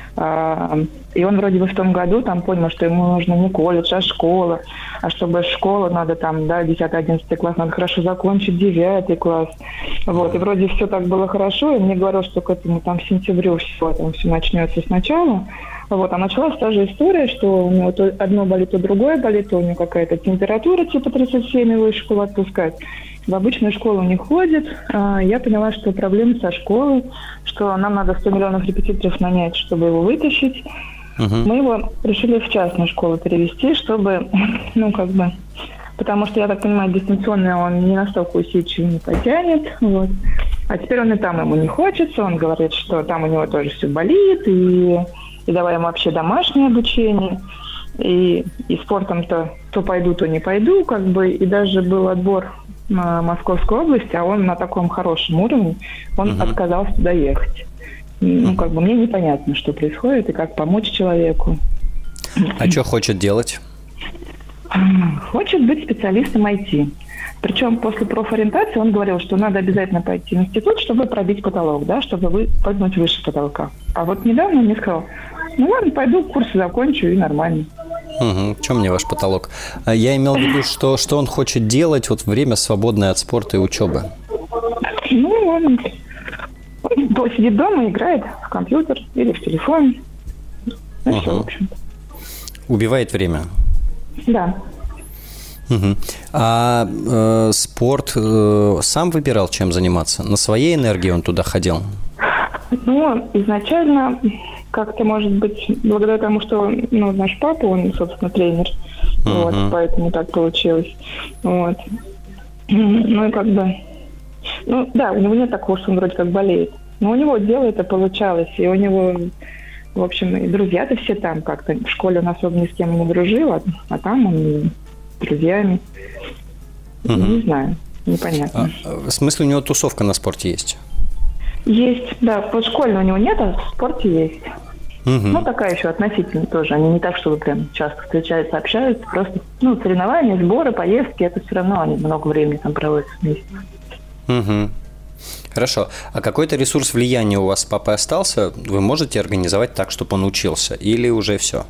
И он вроде бы в том году там понял, что ему нужно не колледж, а школа. А чтобы школу надо там, да, 10-11 класс, надо хорошо закончить 9 класс. Вот, и вроде все так было хорошо, и мне говорил, что к этому там в сентябрю все начнется сначала. Вот, а началась та же история, что у него то одно болит, то другое болит, то у него какая-то температура типа 37, его из школы отпускать. В обычную школу не ходит. Я поняла, что проблемы со школой, что нам надо 100 миллионов репетиторов нанять, чтобы его вытащить. Мы его решили в частную школу перевести, чтобы, потому что, я так понимаю, дистанционно он не настолько усидчивый, не потянет. Вот. А теперь он и там ему не хочется, он говорит, что там у него тоже все болит, и давай ему вообще домашнее обучение. И спортом-то то пойду, то не пойду, и даже был отбор на Московской области, а он на таком хорошем уровне, он отказался туда ехать. Мне непонятно, что происходит и как помочь человеку. А что хочет делать? Хочет быть специалистом IT. Причем после профориентации он говорил, что надо обязательно пойти в институт, чтобы пробить потолок, да, чтобы поднять выше потолка. А вот недавно он мне сказал, ладно, пойду, курсы закончу и нормально. В чем мне ваш потолок? Я имел в виду, что он хочет делать в время, свободное от спорта и учебы. Он сидит дома, играет в компьютер или в телефон. Все, в общем-то. Убивает время? Да. А спорт сам выбирал, чем заниматься? На своей энергии он туда ходил? Изначально как-то, может быть, благодаря тому, что наш папа, он, собственно, тренер. Вот, поэтому так получилось. Вот. Ну, да, у него нет такого, что он вроде как болеет. Но у него дело это получалось. И у него, в общем, и друзья-то все там как-то. В школе он особо ни с кем не дружил, а там он с друзьями. Не знаю, непонятно. В смысле, у него тусовка на спорте есть? Есть, да. Вот школьной у него нет, а в спорте есть. Ну, такая еще относительно тоже. Они не так, чтобы прям часто встречаются, общаются. Просто, соревнования, сборы, поездки, это все равно они много времени там проводят вместе. Хорошо. А какой-то ресурс влияния у вас с папой остался? Вы можете организовать так, чтобы он учился? Или уже все?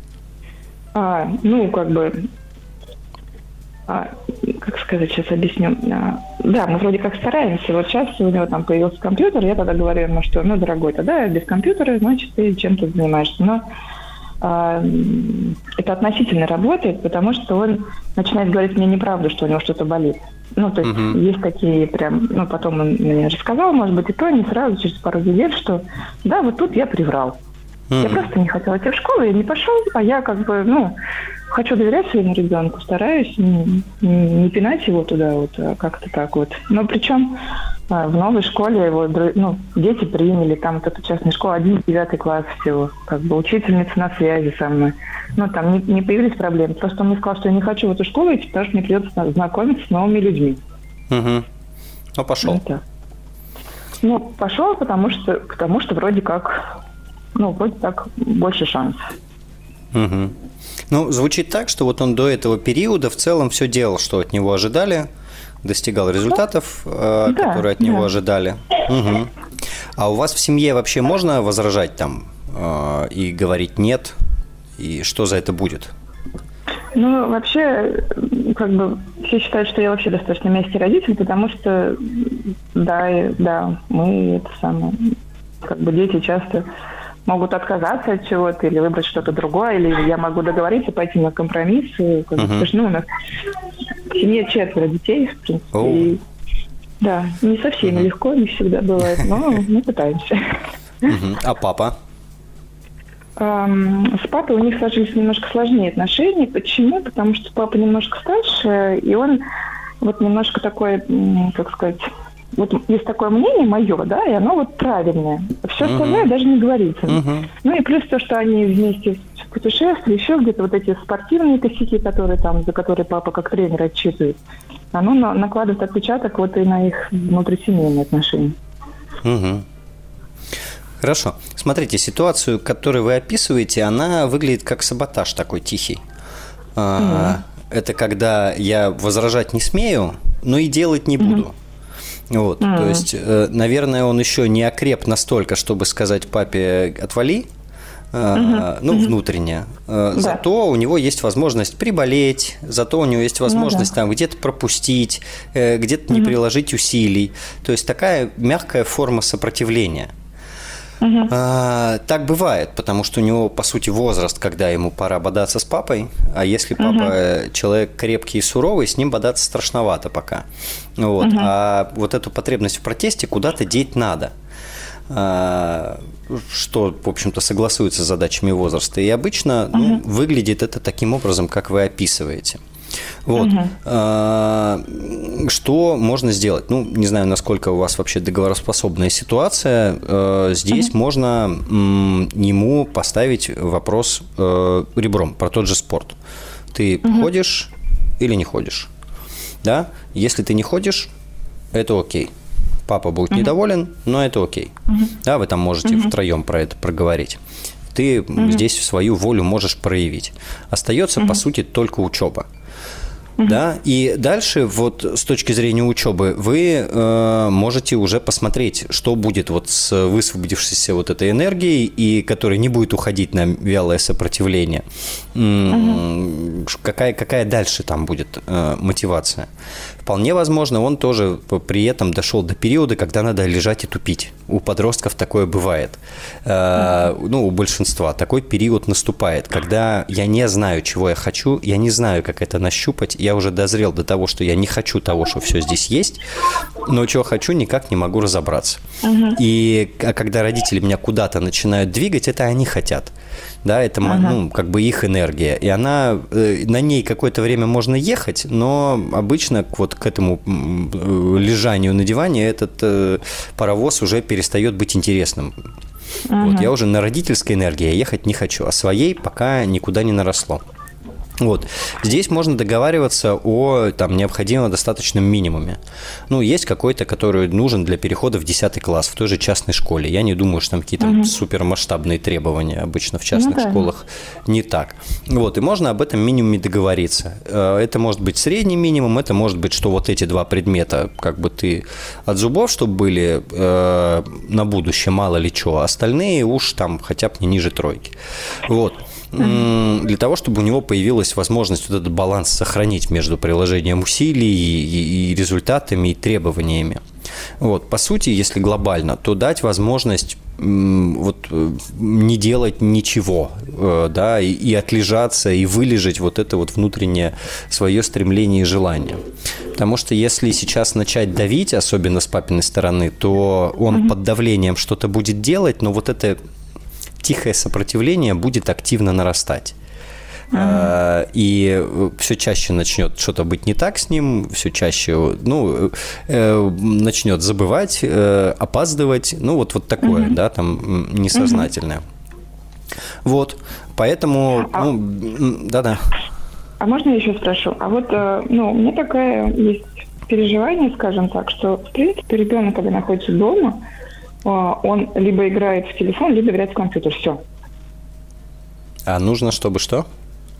Как сказать, сейчас объясню. Да, мы вроде как стараемся. Вот сейчас у него там появился компьютер, я тогда говорю ему, что, дорогой, тогда без компьютера, значит, ты чем-то занимаешься. Но это относительно работает, потому что он начинает говорить мне неправду, что у него что-то болит. То есть есть такие прям, потом он мне рассказал, может быть, и то не сразу, через пару недель, что да, вот тут я приврал. Я просто не хотела идти в школу, я не пошел, а я хочу доверять своему ребенку, стараюсь не пинать его туда, как-то так вот. Но причем в новой школе его дети приняли, там вот эта частная школа, 1-9 класс всего, учительница на связи со мной. Там не появились проблемы. Просто он мне сказал, что я не хочу в эту школу идти, потому что мне придется знакомиться с новыми людьми. Пошел. Пошел, потому что вроде как, так больше шансов. Звучит так, что вот он до этого периода в целом все делал, что от него ожидали, достигал результатов, которые от него ожидали. А у вас в семье вообще можно возражать там и говорить «нет»? И что за это будет? Вообще, все считают, что я вообще достаточно мягкий родитель, потому что, да, мы это самое, дети часто могут отказаться от чего-то или выбрать что-то другое, или я могу договориться, пойти на компромисс. Потому что, у нас в семье 4 детей, в принципе. И, да, не со всеми легко, не всегда бывает, но мы пытаемся. А папа? С папой у них сложились немножко сложнее отношения. Почему? Потому что папа немножко старше, и он немножко такой, как сказать... есть такое мнение мое, да, и оно правильное. Все остальное даже не говорится. И плюс то, что они вместе в путешествии, еще где-то эти спортивные косяки, за которые папа как тренер отчитывает, оно накладывает отпечаток и на их внутрисемейные отношения. Хорошо. Смотрите, ситуацию, которую вы описываете, она выглядит как саботаж такой тихий. Это когда я возражать не смею, но и делать не буду. То есть, наверное, он еще не окреп настолько, чтобы сказать папе «отвали», внутренне. Зато у него есть возможность приболеть, зато у него есть возможность там где-то пропустить, где-то не приложить усилий. То есть, такая мягкая форма сопротивления. Так бывает, потому что у него, по сути, возраст, когда ему пора бодаться с папой, а если папа человек крепкий и суровый, с ним бодаться страшновато пока. А эту потребность в протесте куда-то деть надо, что, в общем-то, согласуется с задачами возраста. И обычно выглядит это таким образом, как вы описываете. Что можно сделать? Не знаю, насколько у вас вообще договороспособная ситуация. Здесь можно ему поставить вопрос ребром про тот же спорт. Ты ходишь или не ходишь? Да? Если ты не ходишь, это окей. Папа будет недоволен, но это окей. Да, вы там можете втроем про это проговорить. Ты здесь свою волю можешь проявить. Остается, по сути, только учеба. Да, и дальше с точки зрения учебы вы можете уже посмотреть, что будет с высвободившейся этой энергией, и которая не будет уходить на вялое сопротивление. Какая дальше там будет мотивация? Вполне возможно, он тоже при этом дошел до периода, когда надо лежать и тупить. У подростков такое бывает. У большинства такой период наступает, когда я не знаю, чего я хочу, я не знаю, как это нащупать, я уже дозрел до того, что я не хочу того, что все здесь есть, но чего хочу, никак не могу разобраться. И когда родители меня куда-то начинают двигать, это они хотят. Да, это как бы их энергия. И на ней какое-то время можно ехать, но обычно вот к этому лежанию на диване этот паровоз уже перестает быть интересным. Вот, я уже на родительской энергии ехать не хочу, а своей пока никуда не наросло. Вот. Здесь можно договариваться о необходимом достаточном минимуме. Есть какой-то, который нужен для перехода в 10 класс в той же частной школе. Я не думаю, что там какие-то супермасштабные требования. Обычно в частных школах не так. Вот. И можно об этом минимуме договориться. Это может быть средний минимум, это может быть, что вот эти 2 предмета как бы ты от зубов, чтобы были на будущее, мало ли чего. Остальные уж там хотя бы не ниже 3. Вот. Для того, чтобы у него появилась возможность вот этот баланс сохранить между приложением усилий и результатами, и требованиями. Вот. По сути, если глобально, то дать возможность не делать ничего, да, и отлежаться, и вылежать вот это вот внутреннее свое стремление и желание. Потому что если сейчас начать давить, особенно с папиной стороны, то он под давлением что-то будет делать, но вот это тихое сопротивление будет активно нарастать. И все чаще начнет что-то быть не так с ним, все чаще начнет забывать, опаздывать, вот такое, да, там несознательное. Вот, поэтому, да-да. А можно я еще спрошу? А вот, у меня такое есть переживание, скажем так, что, в принципе, ребенок, когда находится дома, он либо играет в телефон, либо играет в компьютер. Все. А нужно, чтобы что?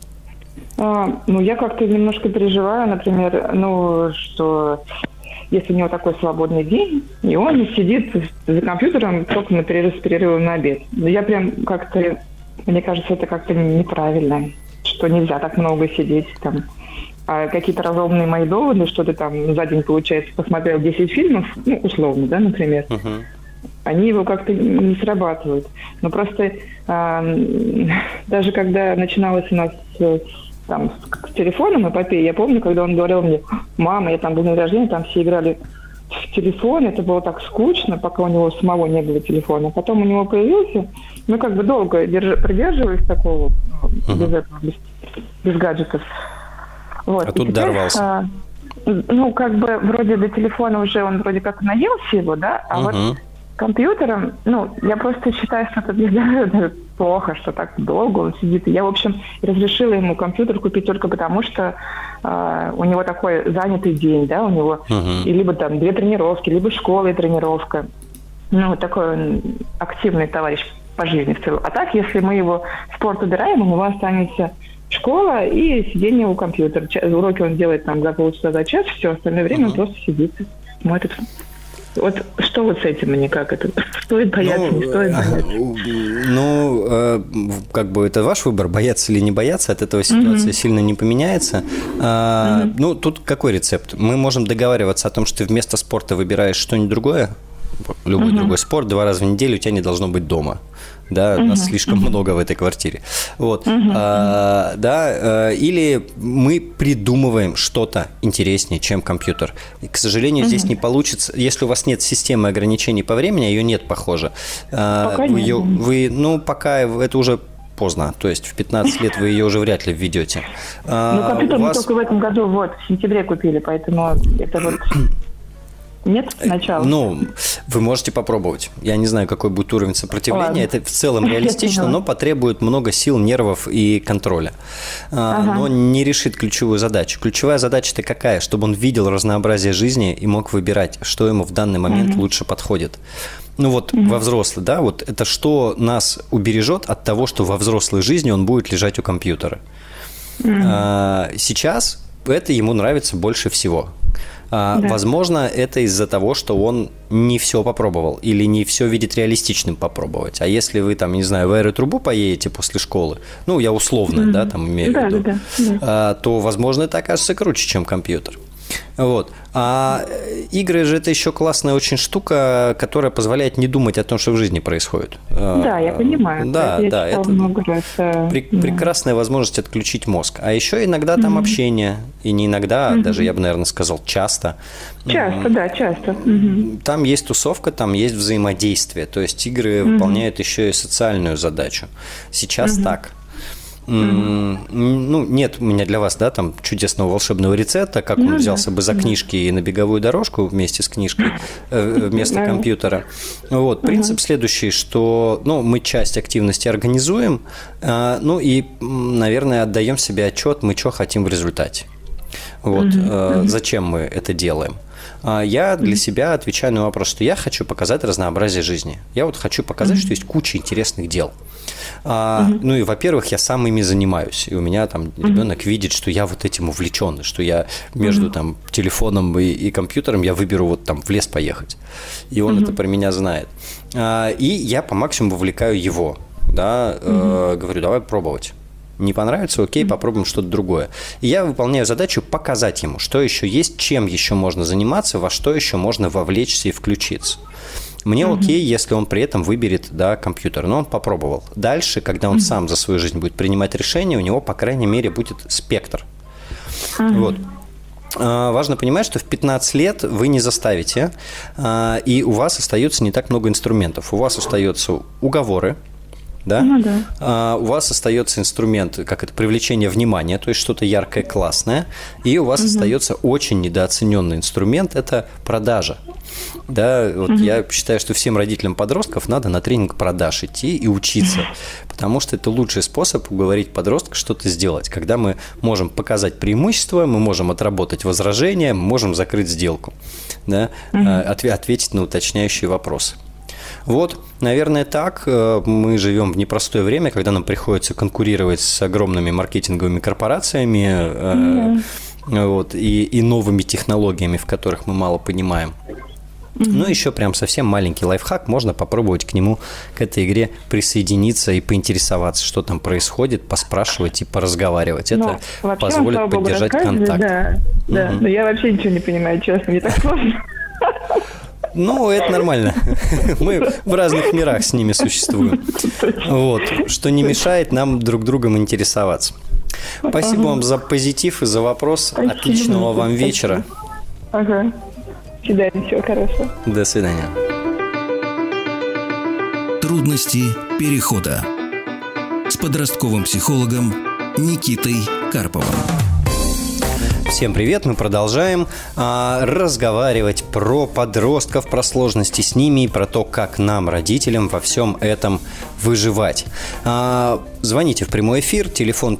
Я как-то немножко переживаю, например, что если у него такой свободный день, и он сидит за компьютером только с перерывом на обед. Я прям как-то, мне кажется, это как-то неправильно, что нельзя так много сидеть там. А какие-то разумные мои доводы, что ты там за день, получается, посмотрел 10 фильмов, условно, да, например, они его как-то не срабатывают. Но просто даже когда начиналось у нас с телефоном эпопея, я помню, когда он говорил мне: мама, я там был на день рождения, там все играли в телефон, это было так скучно, пока у него самого не было телефона. Потом у него появился, мы как бы долго придерживались такого, без этого, без гаджетов. Вот. А тут дорвался. Как бы вроде до телефона уже он вроде как наелся его, да, а вот компьютером, я просто считаю, что это для здоровья даже плохо, что так долго он сидит. Я, в общем, разрешила ему компьютер купить только потому, что у него такой занятый день, да, у него и либо там 2 тренировки, либо школа и тренировка. Такой он активный товарищ по жизни в целом. А так, если мы его спорт убираем, у него останется школа и сидение у компьютера. Уроки он делает там за полчаса, за час, все остальное время он просто сидит, смотрит. Вот что вот с этим мне как это? Стоит бояться, не стоит бояться? Как бы это ваш выбор, бояться или не бояться, от этого ситуация сильно не поменяется. Тут какой рецепт? Мы можем договариваться о том, что ты вместо спорта выбираешь что-нибудь другое, любой другой спорт, 2 раза в неделю у тебя не должно быть дома. Да, нас слишком много в этой квартире. Вот. Или мы придумываем что-то интереснее, чем компьютер. И, к сожалению, здесь не получится, если у вас нет системы ограничений по времени, ее нет, похоже. Пока это уже поздно, то есть в 15 лет вы ее уже вряд ли введете. Компьютер мы только в этом году, в сентябре купили, поэтому это вот... Нет начала? Вы можете попробовать. Я не знаю, какой будет уровень сопротивления. Это в целом реалистично, но потребует много сил, нервов и контроля. Но не решит ключевую задачу. Ключевая задача-то какая? Чтобы он видел разнообразие жизни и мог выбирать, что ему в данный момент лучше подходит. Во взрослой, да, вот это что нас убережет от того, что во взрослой жизни он будет лежать у компьютера. Сейчас это ему нравится больше всего. Возможно, это из-за того, что он не все попробовал или не все видит реалистичным попробовать. А если вы, там, не знаю, в аэротрубу поедете после школы, я условно, да, там имею в виду, то, возможно, это окажется круче, чем компьютер. Вот. А игры же это еще классная очень штука, которая позволяет не думать о том, что в жизни происходит. Да, я понимаю. Да, это прекрасная возможность отключить мозг. А еще иногда там общение, и не иногда, даже я бы, наверное, сказал, часто. Часто. Там есть тусовка, там есть взаимодействие. То есть игры выполняют еще и социальную задачу. Сейчас так. Ну, нет у меня для вас, да, там чудесного волшебного рецепта, как он взялся бы за книжки и на беговую дорожку вместе с книжкой вместо компьютера. Вот, принцип следующий, что, ну, мы часть активности организуем, ну, и, наверное, отдаем себе отчет, мы что хотим в результате. Вот, зачем мы это делаем. Я для себя отвечаю на вопрос, что я хочу показать разнообразие жизни. Я вот хочу показать, что есть куча интересных дел. Ну и, во-первых, я сам ими занимаюсь. И у меня там ребенок видит, что я вот этим увлечен, что я между там телефоном и компьютером я выберу вот там в лес поехать. И он это про меня знает. И я по максимуму вовлекаю его. Да, говорю, давай пробовать. Не понравится, окей, попробуем что-то другое. И я выполняю задачу показать ему, что еще есть, чем еще можно заниматься, во что еще можно вовлечься и включиться. Мне окей, если он при этом выберет, да, компьютер, но он попробовал. Дальше, когда он сам за свою жизнь будет принимать решения, у него, по крайней мере, будет спектр. Вот. Важно понимать, что в 15 лет вы не заставите, и у вас остается не так много инструментов. У вас остаются уговоры, да? У вас остается инструмент, как это, привлечение внимания, то есть что-то яркое, классное, и у вас остается очень недооцененный инструмент – это продажа. Да, вот я считаю, что всем родителям подростков надо на тренинг продаж идти и учиться, потому что это лучший способ уговорить подростка что-то сделать, когда мы можем показать преимущества, мы можем отработать возражения, мы можем закрыть сделку, да, ответить на уточняющие вопросы. Вот, наверное, так. Мы живем в непростое время, когда нам приходится конкурировать с огромными маркетинговыми корпорациями вот, и новыми технологиями, в которых мы мало понимаем. Ну, еще прям совсем маленький лайфхак. Можно попробовать к нему, к этой игре присоединиться и поинтересоваться, что там происходит, поспрашивать и поразговаривать. Это позволит поддержать контакт. Да. Но я вообще ничего не понимаю, честно, мне так сложно. Ну, это нормально. Мы в разных мирах с ними существуем. Вот, что не мешает нам друг другом интересоваться. Спасибо вам за позитив и за вопрос. Отличного вам вечера. Ага. До свидания, всего хорошего. До свидания. Трудности перехода с подростковым психологом Никитой Карповым. Всем привет, мы продолжаем разговаривать про подростков, про сложности с ними и про то, как нам, родителям, во всем этом выживать. Звоните в прямой эфир, телефон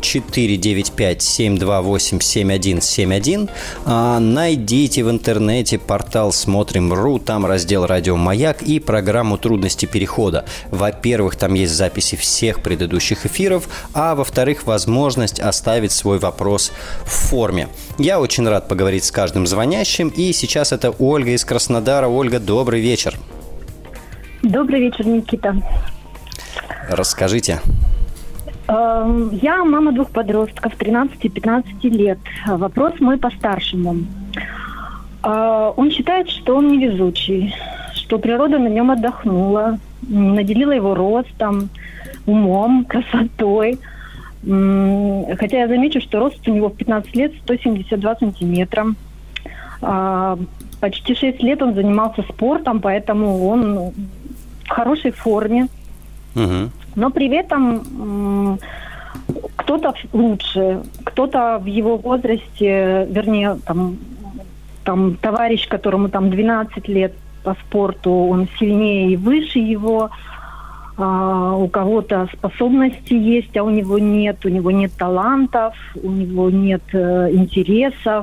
495-728-7171. Найдите в интернете портал «Смотрим.ру», там раздел «Радио Маяк» и программу «Трудности перехода». Во-первых, там есть записи всех предыдущих эфиров, а во-вторых, возможность оставить свой вопрос в форме. Я очень рад поговорить с каждым звонящим, и сейчас это Ольга из Краснодара. Ольга, добрый вечер. Добрый вечер, Никита. Расскажите. Я мама двух подростков, 13 и 15 лет. Вопрос мой по старшему. Он считает, что он невезучий, что природа на нем отдохнула, наделила его ростом, умом, красотой. Хотя я замечу, что рост у него в 15 лет 172 сантиметра. Почти 6 лет он занимался спортом, поэтому он в хорошей форме. Но при этом кто-то лучше, кто-то в его возрасте, вернее, там товарищ, которому там 12 лет по спорту, он сильнее и выше его, у кого-то способности есть, а у него нет талантов, у него нет интересов.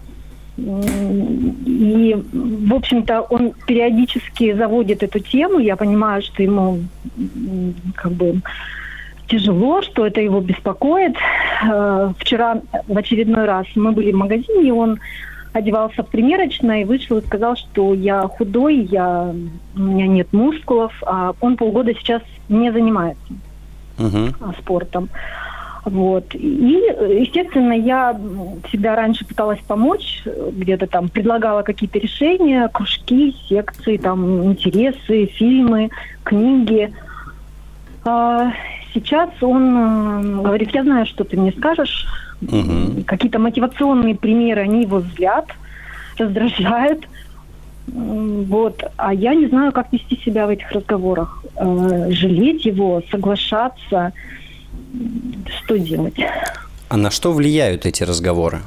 И, в общем-то, он периодически заводит эту тему. Я понимаю, что ему как бы тяжело, что это его беспокоит. Вчера в очередной раз мы были в магазине, и он одевался в примерочной, вышел и сказал, что я худой, у меня нет мускулов, а он полгода сейчас не занимается спортом. Вот. И, естественно, я всегда раньше пыталась помочь, где-то там предлагала какие-то решения, кружки, секции, там, интересы, фильмы, книги. А сейчас он говорит, я знаю, что ты мне скажешь. Какие-то мотивационные примеры, они его взгляд раздражают. Вот. А я не знаю, как вести себя в этих разговорах. Жалеть его, соглашаться. Что делать? А на что влияют эти разговоры?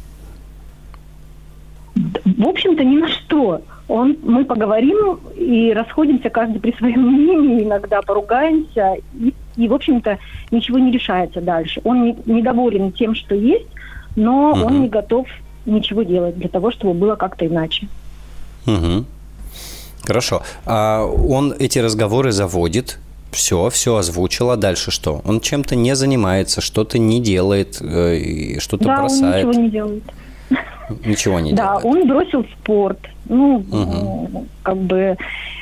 В общем-то, ни на что. Мы поговорим и расходимся каждый при своем мнении, иногда поругаемся, и в общем-то, ничего не решается дальше. Он недоволен тем, что есть, но он не готов ничего делать для того, чтобы было как-то иначе. Хорошо. А он эти разговоры заводит, все озвучил, а дальше что? Он чем-то не занимается, что-то не делает, что-то бросает? Да, он ничего не делает. Ничего не делает? Да, он бросил спорт. Как бы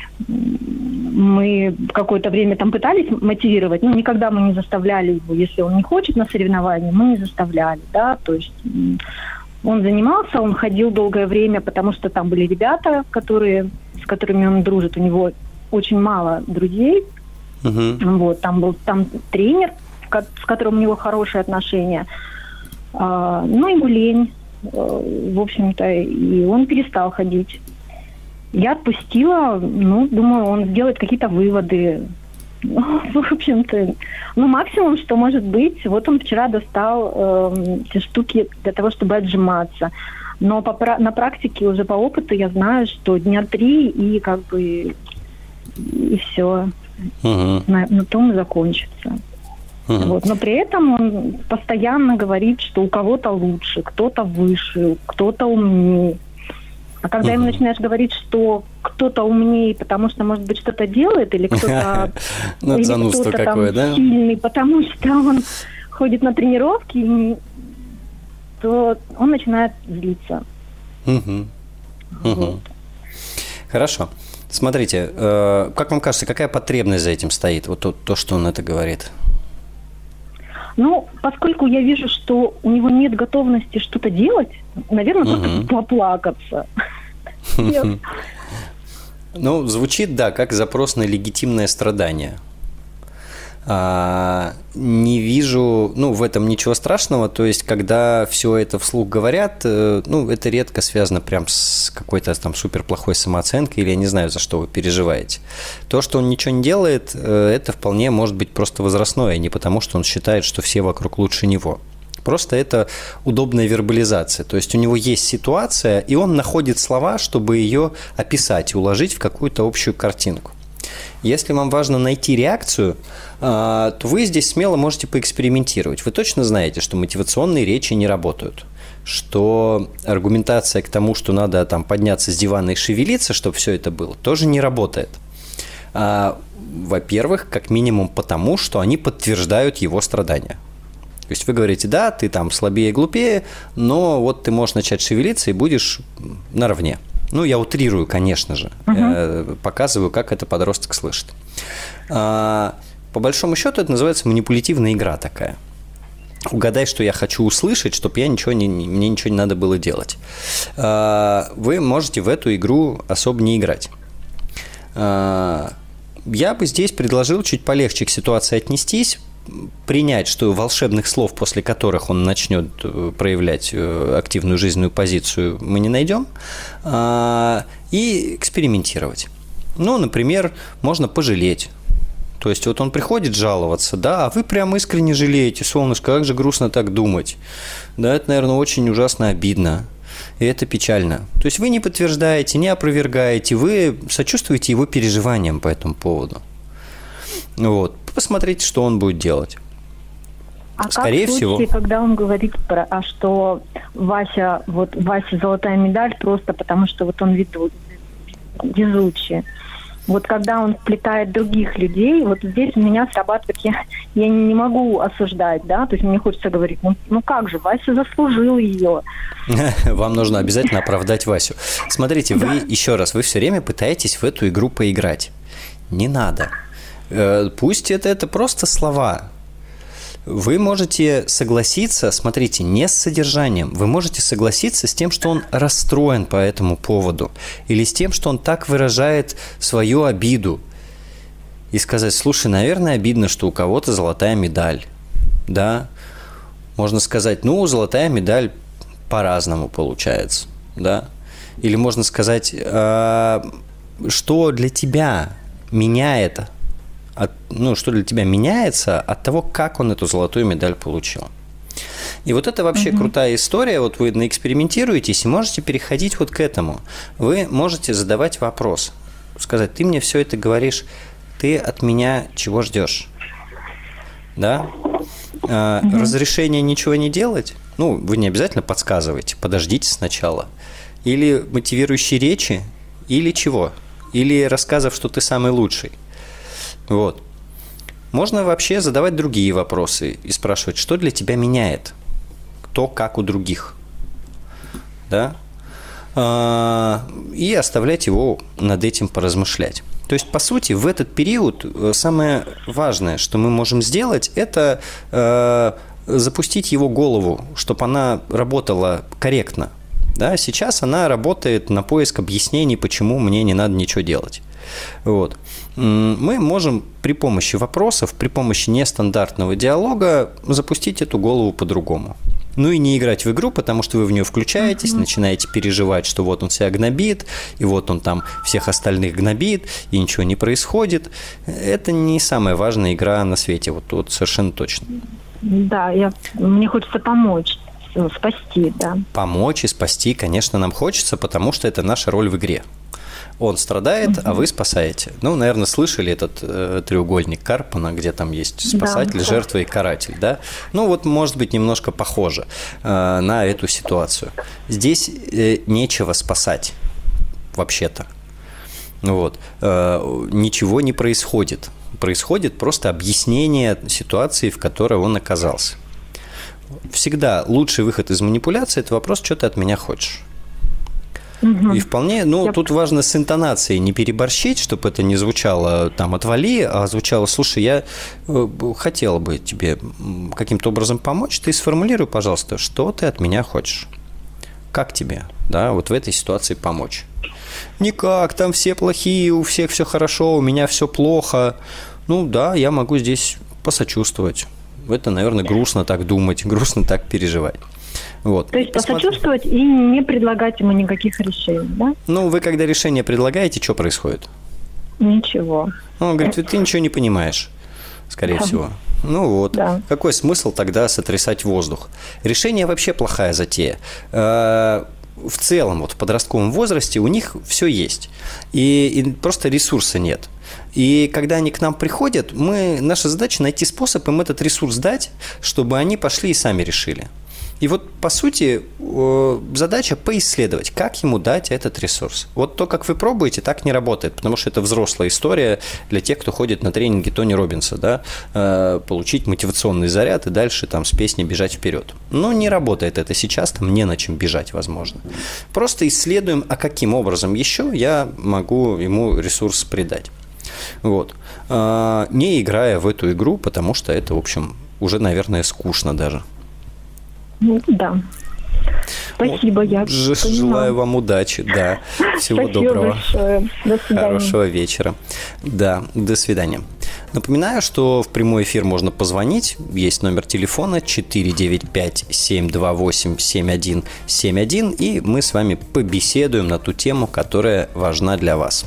мы какое-то время там пытались мотивировать, но никогда мы не заставляли его, если он не хочет на соревнования, мы не заставляли, да, то есть он занимался, он ходил долгое время, потому что там были ребята, с которыми он дружит, у него очень мало друзей, вот, там был тренер, с которым у него хорошие отношения, но ему лень, в общем-то, и он перестал ходить. Я отпустила, думаю, он сделает какие-то выводы. В общем-то, максимум, что может быть, вот он вчера достал эти штуки для того, чтобы отжиматься. Но на практике, уже по опыту, я знаю, что дня 3 и как бы и все. На том и закончится. Вот. Но при этом он постоянно говорит, что у кого-то лучше, кто-то выше, кто-то умнее. А когда ему начинаешь говорить, что кто-то умнее, потому что, может быть, что-то делает, или кто-то, там сильный, потому что он ходит на тренировки, то он начинает злиться. Вот. Хорошо. Смотрите, как вам кажется, какая потребность за этим стоит? Вот то, что он это говорит. Поскольку я вижу, что у него нет готовности что-то делать, наверное, только поплакаться. Звучит, да, как запрос на легитимное страдание. Не вижу, в этом ничего страшного, то есть, когда все это вслух говорят, это редко связано прям с какой-то там супер плохой самооценкой, или я не знаю, за что вы переживаете. То, что он ничего не делает, это вполне может быть просто возрастное, не потому, что он считает, что все вокруг лучше него. Просто это удобная вербализация, то есть у него есть ситуация, и он находит слова, чтобы ее описать и уложить в какую-то общую картинку. Если вам важно найти реакцию, то вы здесь смело можете поэкспериментировать. Вы точно знаете, что мотивационные речи не работают, что аргументация к тому, что надо там подняться с дивана и шевелиться, чтобы все это было, тоже не работает. Во-первых, как минимум потому, что они подтверждают его страдания. То есть вы говорите, да, ты там слабее и глупее, но вот ты можешь начать шевелиться и будешь наравне. Я утрирую, конечно же, показываю, как это подросток слышит. По большому счету это называется манипулятивная игра такая. Угадай, что я хочу услышать, чтобы мне ничего не надо было делать. Вы можете в эту игру особо не играть. Я бы здесь предложил чуть полегче к ситуации отнестись, принять, что волшебных слов, после которых он начнет проявлять активную жизненную позицию, мы не найдем, и экспериментировать. Например, можно пожалеть. То есть вот он приходит жаловаться, да, а вы прям искренне жалеете, солнышко, как же грустно так думать. Да, это, наверное, очень ужасно обидно. И это печально. То есть вы не подтверждаете, не опровергаете, вы сочувствуете его переживаниям по этому поводу. Вот. Посмотрите, что он будет делать. Скорее как в случае, когда он говорит что Вася золотая медаль просто потому, что вот он везучий. Вот когда он вплетает других людей, вот здесь у меня срабатывает, я не могу осуждать, да, то есть мне хочется говорить, как же, Вася заслужил ее. Вам нужно обязательно оправдать Васю. Смотрите, вы все время пытаетесь в эту игру поиграть. Не надо. Пусть это просто слова. Вы можете согласиться, смотрите, не с содержанием, вы можете согласиться с тем, что он расстроен по этому поводу, или с тем, что он так выражает свою обиду, и сказать: слушай, наверное, обидно, что у кого-то золотая медаль, да? Можно сказать: ну, золотая медаль по-разному получается, да? Или можно сказать, что для тебя меняет, что для тебя меняется от того, как он эту золотую медаль получил. И вот это вообще крутая история. Вот вы наэкспериментируетесь и можете переходить вот к этому. Вы можете задавать вопрос, сказать: ты мне все это говоришь, ты от меня чего ждешь? Да? Разрешение ничего не делать? Ну, вы не обязательно подсказываете, подождите сначала. Или мотивирующие речи, или чего? Или рассказов, что ты самый лучший. Вот. Можно вообще задавать другие вопросы и спрашивать, что для тебя меняет то, как у других. Да? И оставлять его над этим поразмышлять. То есть, по сути, в этот период самое важное, что мы можем сделать, это запустить его голову, чтобы она работала корректно. Да? Сейчас она работает на поиск объяснений, почему мне не надо ничего делать. Вот. Мы можем при помощи вопросов, при помощи нестандартного диалога запустить эту голову по-другому. Ну и не играть в игру, потому что вы в нее включаетесь, начинаете переживать, что вот он себя гнобит, и вот он там всех остальных гнобит, и ничего не происходит. Это не самая важная игра на свете, вот совершенно точно. Да, мне хочется помочь, спасти, да. Помочь и спасти, конечно, нам хочется, потому что это наша роль в игре. Он страдает, а вы спасаете. Ну, наверное, слышали этот треугольник Карпмана, где там есть спасатель, жертва и каратель, да? Ну, вот, может быть, немножко похоже на эту ситуацию. Здесь нечего спасать, вообще-то. Вот. Ничего не происходит. Происходит просто объяснение ситуации, в которой он оказался. Всегда лучший выход из манипуляции – это вопрос: что ты от меня хочешь? И вполне, тут важно с интонацией не переборщить, чтобы это не звучало там «отвали», а звучало: слушай, я хотела бы тебе каким-то образом помочь, ты сформулируй, пожалуйста, что ты от меня хочешь. Как тебе, да, вот в этой ситуации помочь? Никак, там все плохие, у всех все хорошо, у меня все плохо. Ну да, я могу здесь посочувствовать. Это, наверное, грустно так думать, грустно так переживать. Вот. То есть посочувствовать и не предлагать ему никаких решений, да? Ну, вы когда решение предлагаете, что происходит? Ничего. Он говорит: ты ничего не понимаешь, скорее всего. Ну вот. Да. Какой смысл тогда сотрясать воздух? Решение вообще плохая затея. В целом, вот в подростковом возрасте у них все есть. И просто ресурса нет. И когда они к нам приходят, наша задача найти способ им этот ресурс дать, чтобы они пошли и сами решили. И вот, по сути, задача поисследовать, как ему дать этот ресурс. Вот то, как вы пробуете, так не работает, потому что это взрослая история для тех, кто ходит на тренинги Тони Роббинса, да, получить мотивационный заряд и дальше там с песней бежать вперед. Но не работает это сейчас, там не на чем бежать, возможно. Просто исследуем, а каким образом еще я могу ему ресурс придать. Вот. Не играя в эту игру, потому что это, в общем, уже, наверное, скучно даже. Да. Спасибо, я желаю вам удачи, да. Всего доброго. Большое. До свидания. Хорошего вечера. Да, до свидания. Напоминаю, что в прямой эфир можно позвонить. Есть номер телефона 495-728-7171, и мы с вами побеседуем на ту тему, которая важна для вас.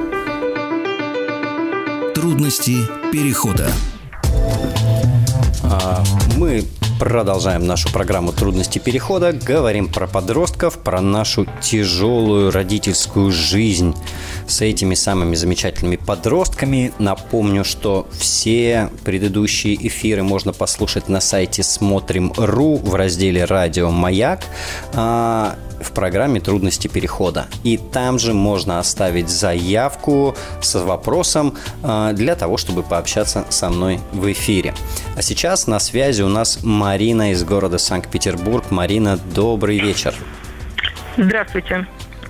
Трудности перехода. Мы продолжаем нашу программу «Трудности перехода». Говорим про подростков, про нашу тяжелую родительскую жизнь с этими самыми замечательными подростками. Напомню, что все предыдущие эфиры можно послушать на сайте смотрим.ру в разделе «Радио Маяк» в программе «Трудности перехода». И там же можно оставить заявку с вопросом для того, чтобы пообщаться со мной в эфире. А сейчас на связи у нас Марина из города Санкт-Петербург. Марина, добрый вечер. Здравствуйте.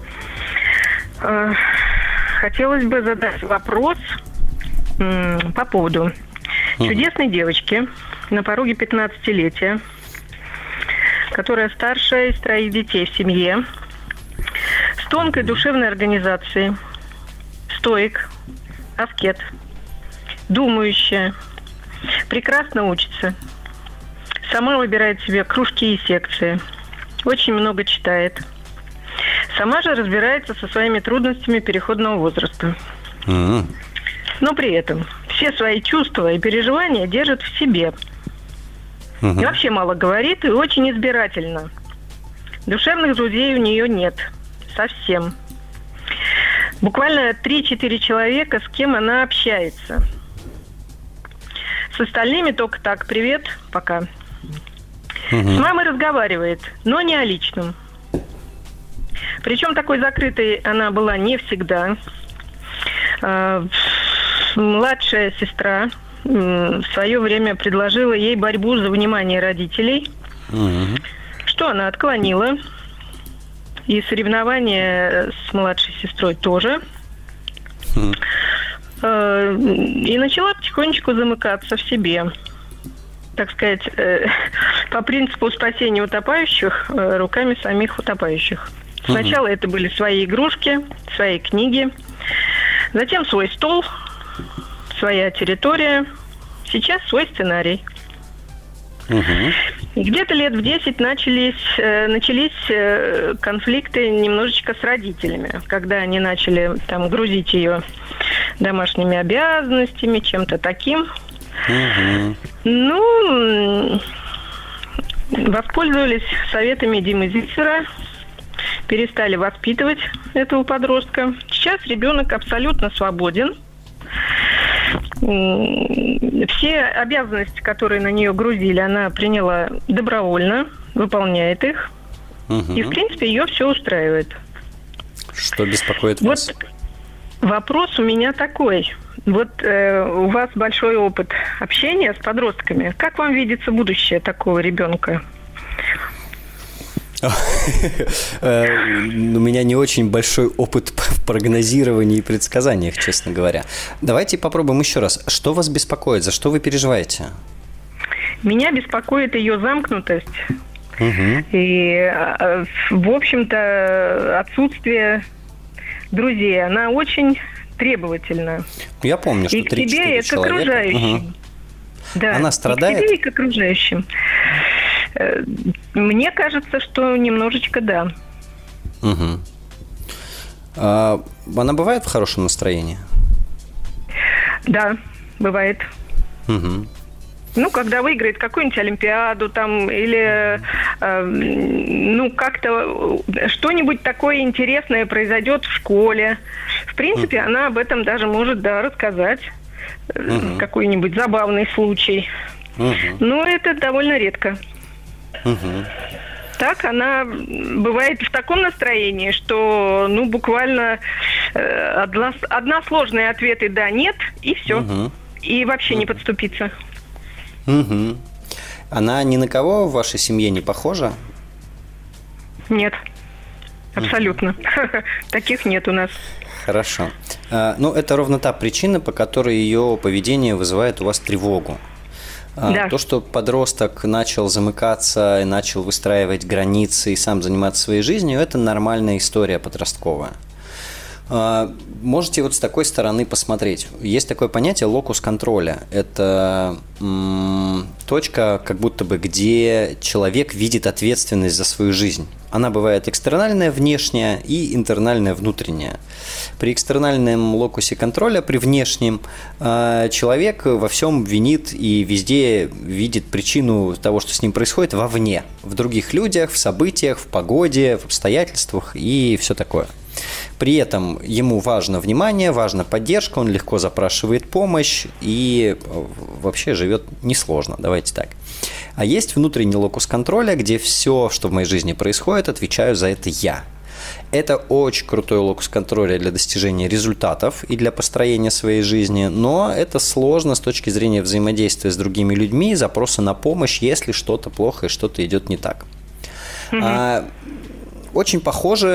Хотелось бы задать вопрос по поводу чудесной девочки, на пороге 15-летия, которая старшая из 3 детей в семье, с тонкой душевной организацией, стоик, аскет, думающая, прекрасно учится, сама выбирает себе кружки и секции, очень много читает. Сама же разбирается со своими трудностями переходного возраста. Но при этом все свои чувства и переживания держит в себе. И вообще мало говорит и очень избирательна. Душевных друзей у нее нет. Совсем. Буквально 3-4 человека, с кем она общается. С остальными только так: привет, пока. С мамой разговаривает, но не о личном. Причем такой закрытой она была не всегда. Младшая сестра в свое время предложила ей борьбу за внимание родителей, что она отклонила. И соревнования с младшей сестрой тоже. И начала потихонечку замыкаться в себе. Так сказать, по принципу спасения утопающих руками самих утопающих. Сначала это были свои игрушки, свои книги, затем свой стол, своя территория, сейчас свой сценарий. И где-то лет в 10 начались конфликты немножечко с родителями, когда они начали там грузить ее домашними обязанностями, чем-то таким. Ну, воспользовались советами Димы Зицера, перестали воспитывать этого подростка. Сейчас ребенок абсолютно свободен. Все обязанности, которые на нее грузили, она приняла добровольно, выполняет их. И, в принципе, ее все устраивает. Что беспокоит вас? Вот вопрос у меня такой. Вот у вас большой опыт общения с подростками. Как вам видится будущее такого ребенка? У меня не очень большой опыт в прогнозировании и предсказаниях, честно говоря. Давайте попробуем еще раз. Что вас беспокоит? За что вы переживаете? Меня беспокоит ее замкнутость. И, в общем-то, отсутствие друзей. Она очень требовательна. Я помню, что 3-4 человека. И к себе, и к окружающим. Да, она страдает? И к себе, и к окружающим. Мне кажется, что немножечко да. Она бывает в хорошем настроении? Да, бывает. Ну, когда выиграет какую-нибудь олимпиаду там, или как-то что-нибудь такое интересное произойдет в школе. В принципе, она об этом даже может, рассказать. Какой-нибудь забавный случай. Но это довольно редко. Так она бывает в таком настроении, что буквально односложные ответы «да», «нет» и все. И вообще не подступиться. Она ни на кого в вашей семье не похожа? Нет, абсолютно. Таких нет у нас. Хорошо. Это ровно та причина, по которой ее поведение вызывает у вас тревогу. Да. То, что подросток начал замыкаться, начал выстраивать границы и сам заниматься своей жизнью, это нормальная история подростковая. Можете вот с такой стороны посмотреть. Есть такое понятие локус контроля. Это точка, как будто бы, где человек видит ответственность за свою жизнь. Она бывает экстернальная, внешняя, и интернальная, внутренняя. При экстернальном локусе контроля, при внешнем, человек во всем винит и везде видит причину того, что с ним происходит, вовне. В других людях, в событиях, в погоде, в обстоятельствах и все такое. При этом ему важно внимание, важна поддержка, он легко запрашивает помощь и вообще живет несложно, давайте так. А есть внутренний локус контроля, где все, что в моей жизни происходит, отвечаю за это я. Это очень крутой локус контроля для достижения результатов и для построения своей жизни, но это сложно с точки зрения взаимодействия с другими людьми, запроса на помощь, если что-то плохо и что-то идет не так. Очень похоже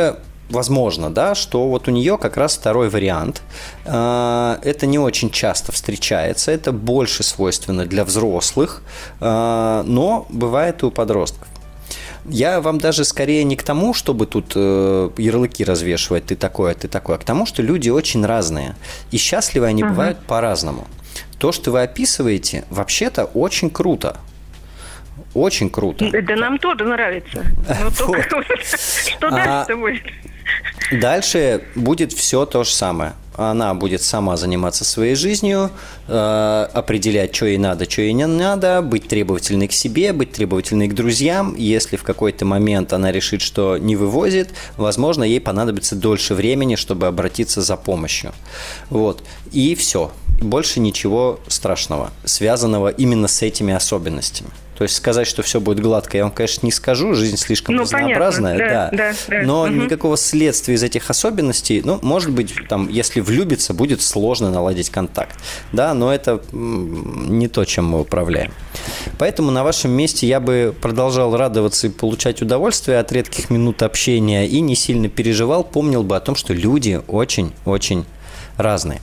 возможно, да, что вот у нее как раз второй вариант. Это не очень часто встречается, это больше свойственно для взрослых, но бывает и у подростков. Я вам даже скорее не к тому, чтобы тут ярлыки развешивать, ты такой, а к тому, что люди очень разные. И счастливы они бывают по-разному. То, что вы описываете, вообще-то очень круто. Очень круто. Да нам тоже нравится. Что дальше будет? Дальше будет все то же самое. Она будет сама заниматься своей жизнью, определять, что ей надо, что ей не надо, быть требовательной к себе, быть требовательной к друзьям. Если в какой-то момент она решит, что не вывозит, возможно, ей понадобится дольше времени, чтобы обратиться за помощью. Вот. И все. Больше ничего страшного, связанного именно с этими особенностями. То есть сказать, что все будет гладко, я вам, конечно, не скажу, жизнь слишком разнообразная, да. Но никакого следствия из этих особенностей, может быть, там, если влюбиться, будет сложно наладить контакт, да, но это не то, чем мы управляем. Поэтому на вашем месте я бы продолжал радоваться и получать удовольствие от редких минут общения и не сильно переживал, помнил бы о том, что люди очень-очень разные.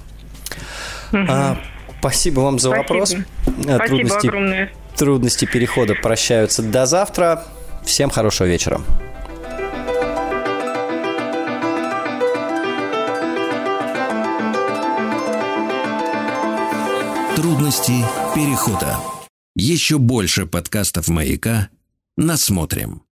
Спасибо вам за вопрос. Спасибо огромное. Трудности перехода прощаются до завтра. Всем хорошего вечера. Трудности перехода. Еще больше подкастов «Маяка» насмотрим.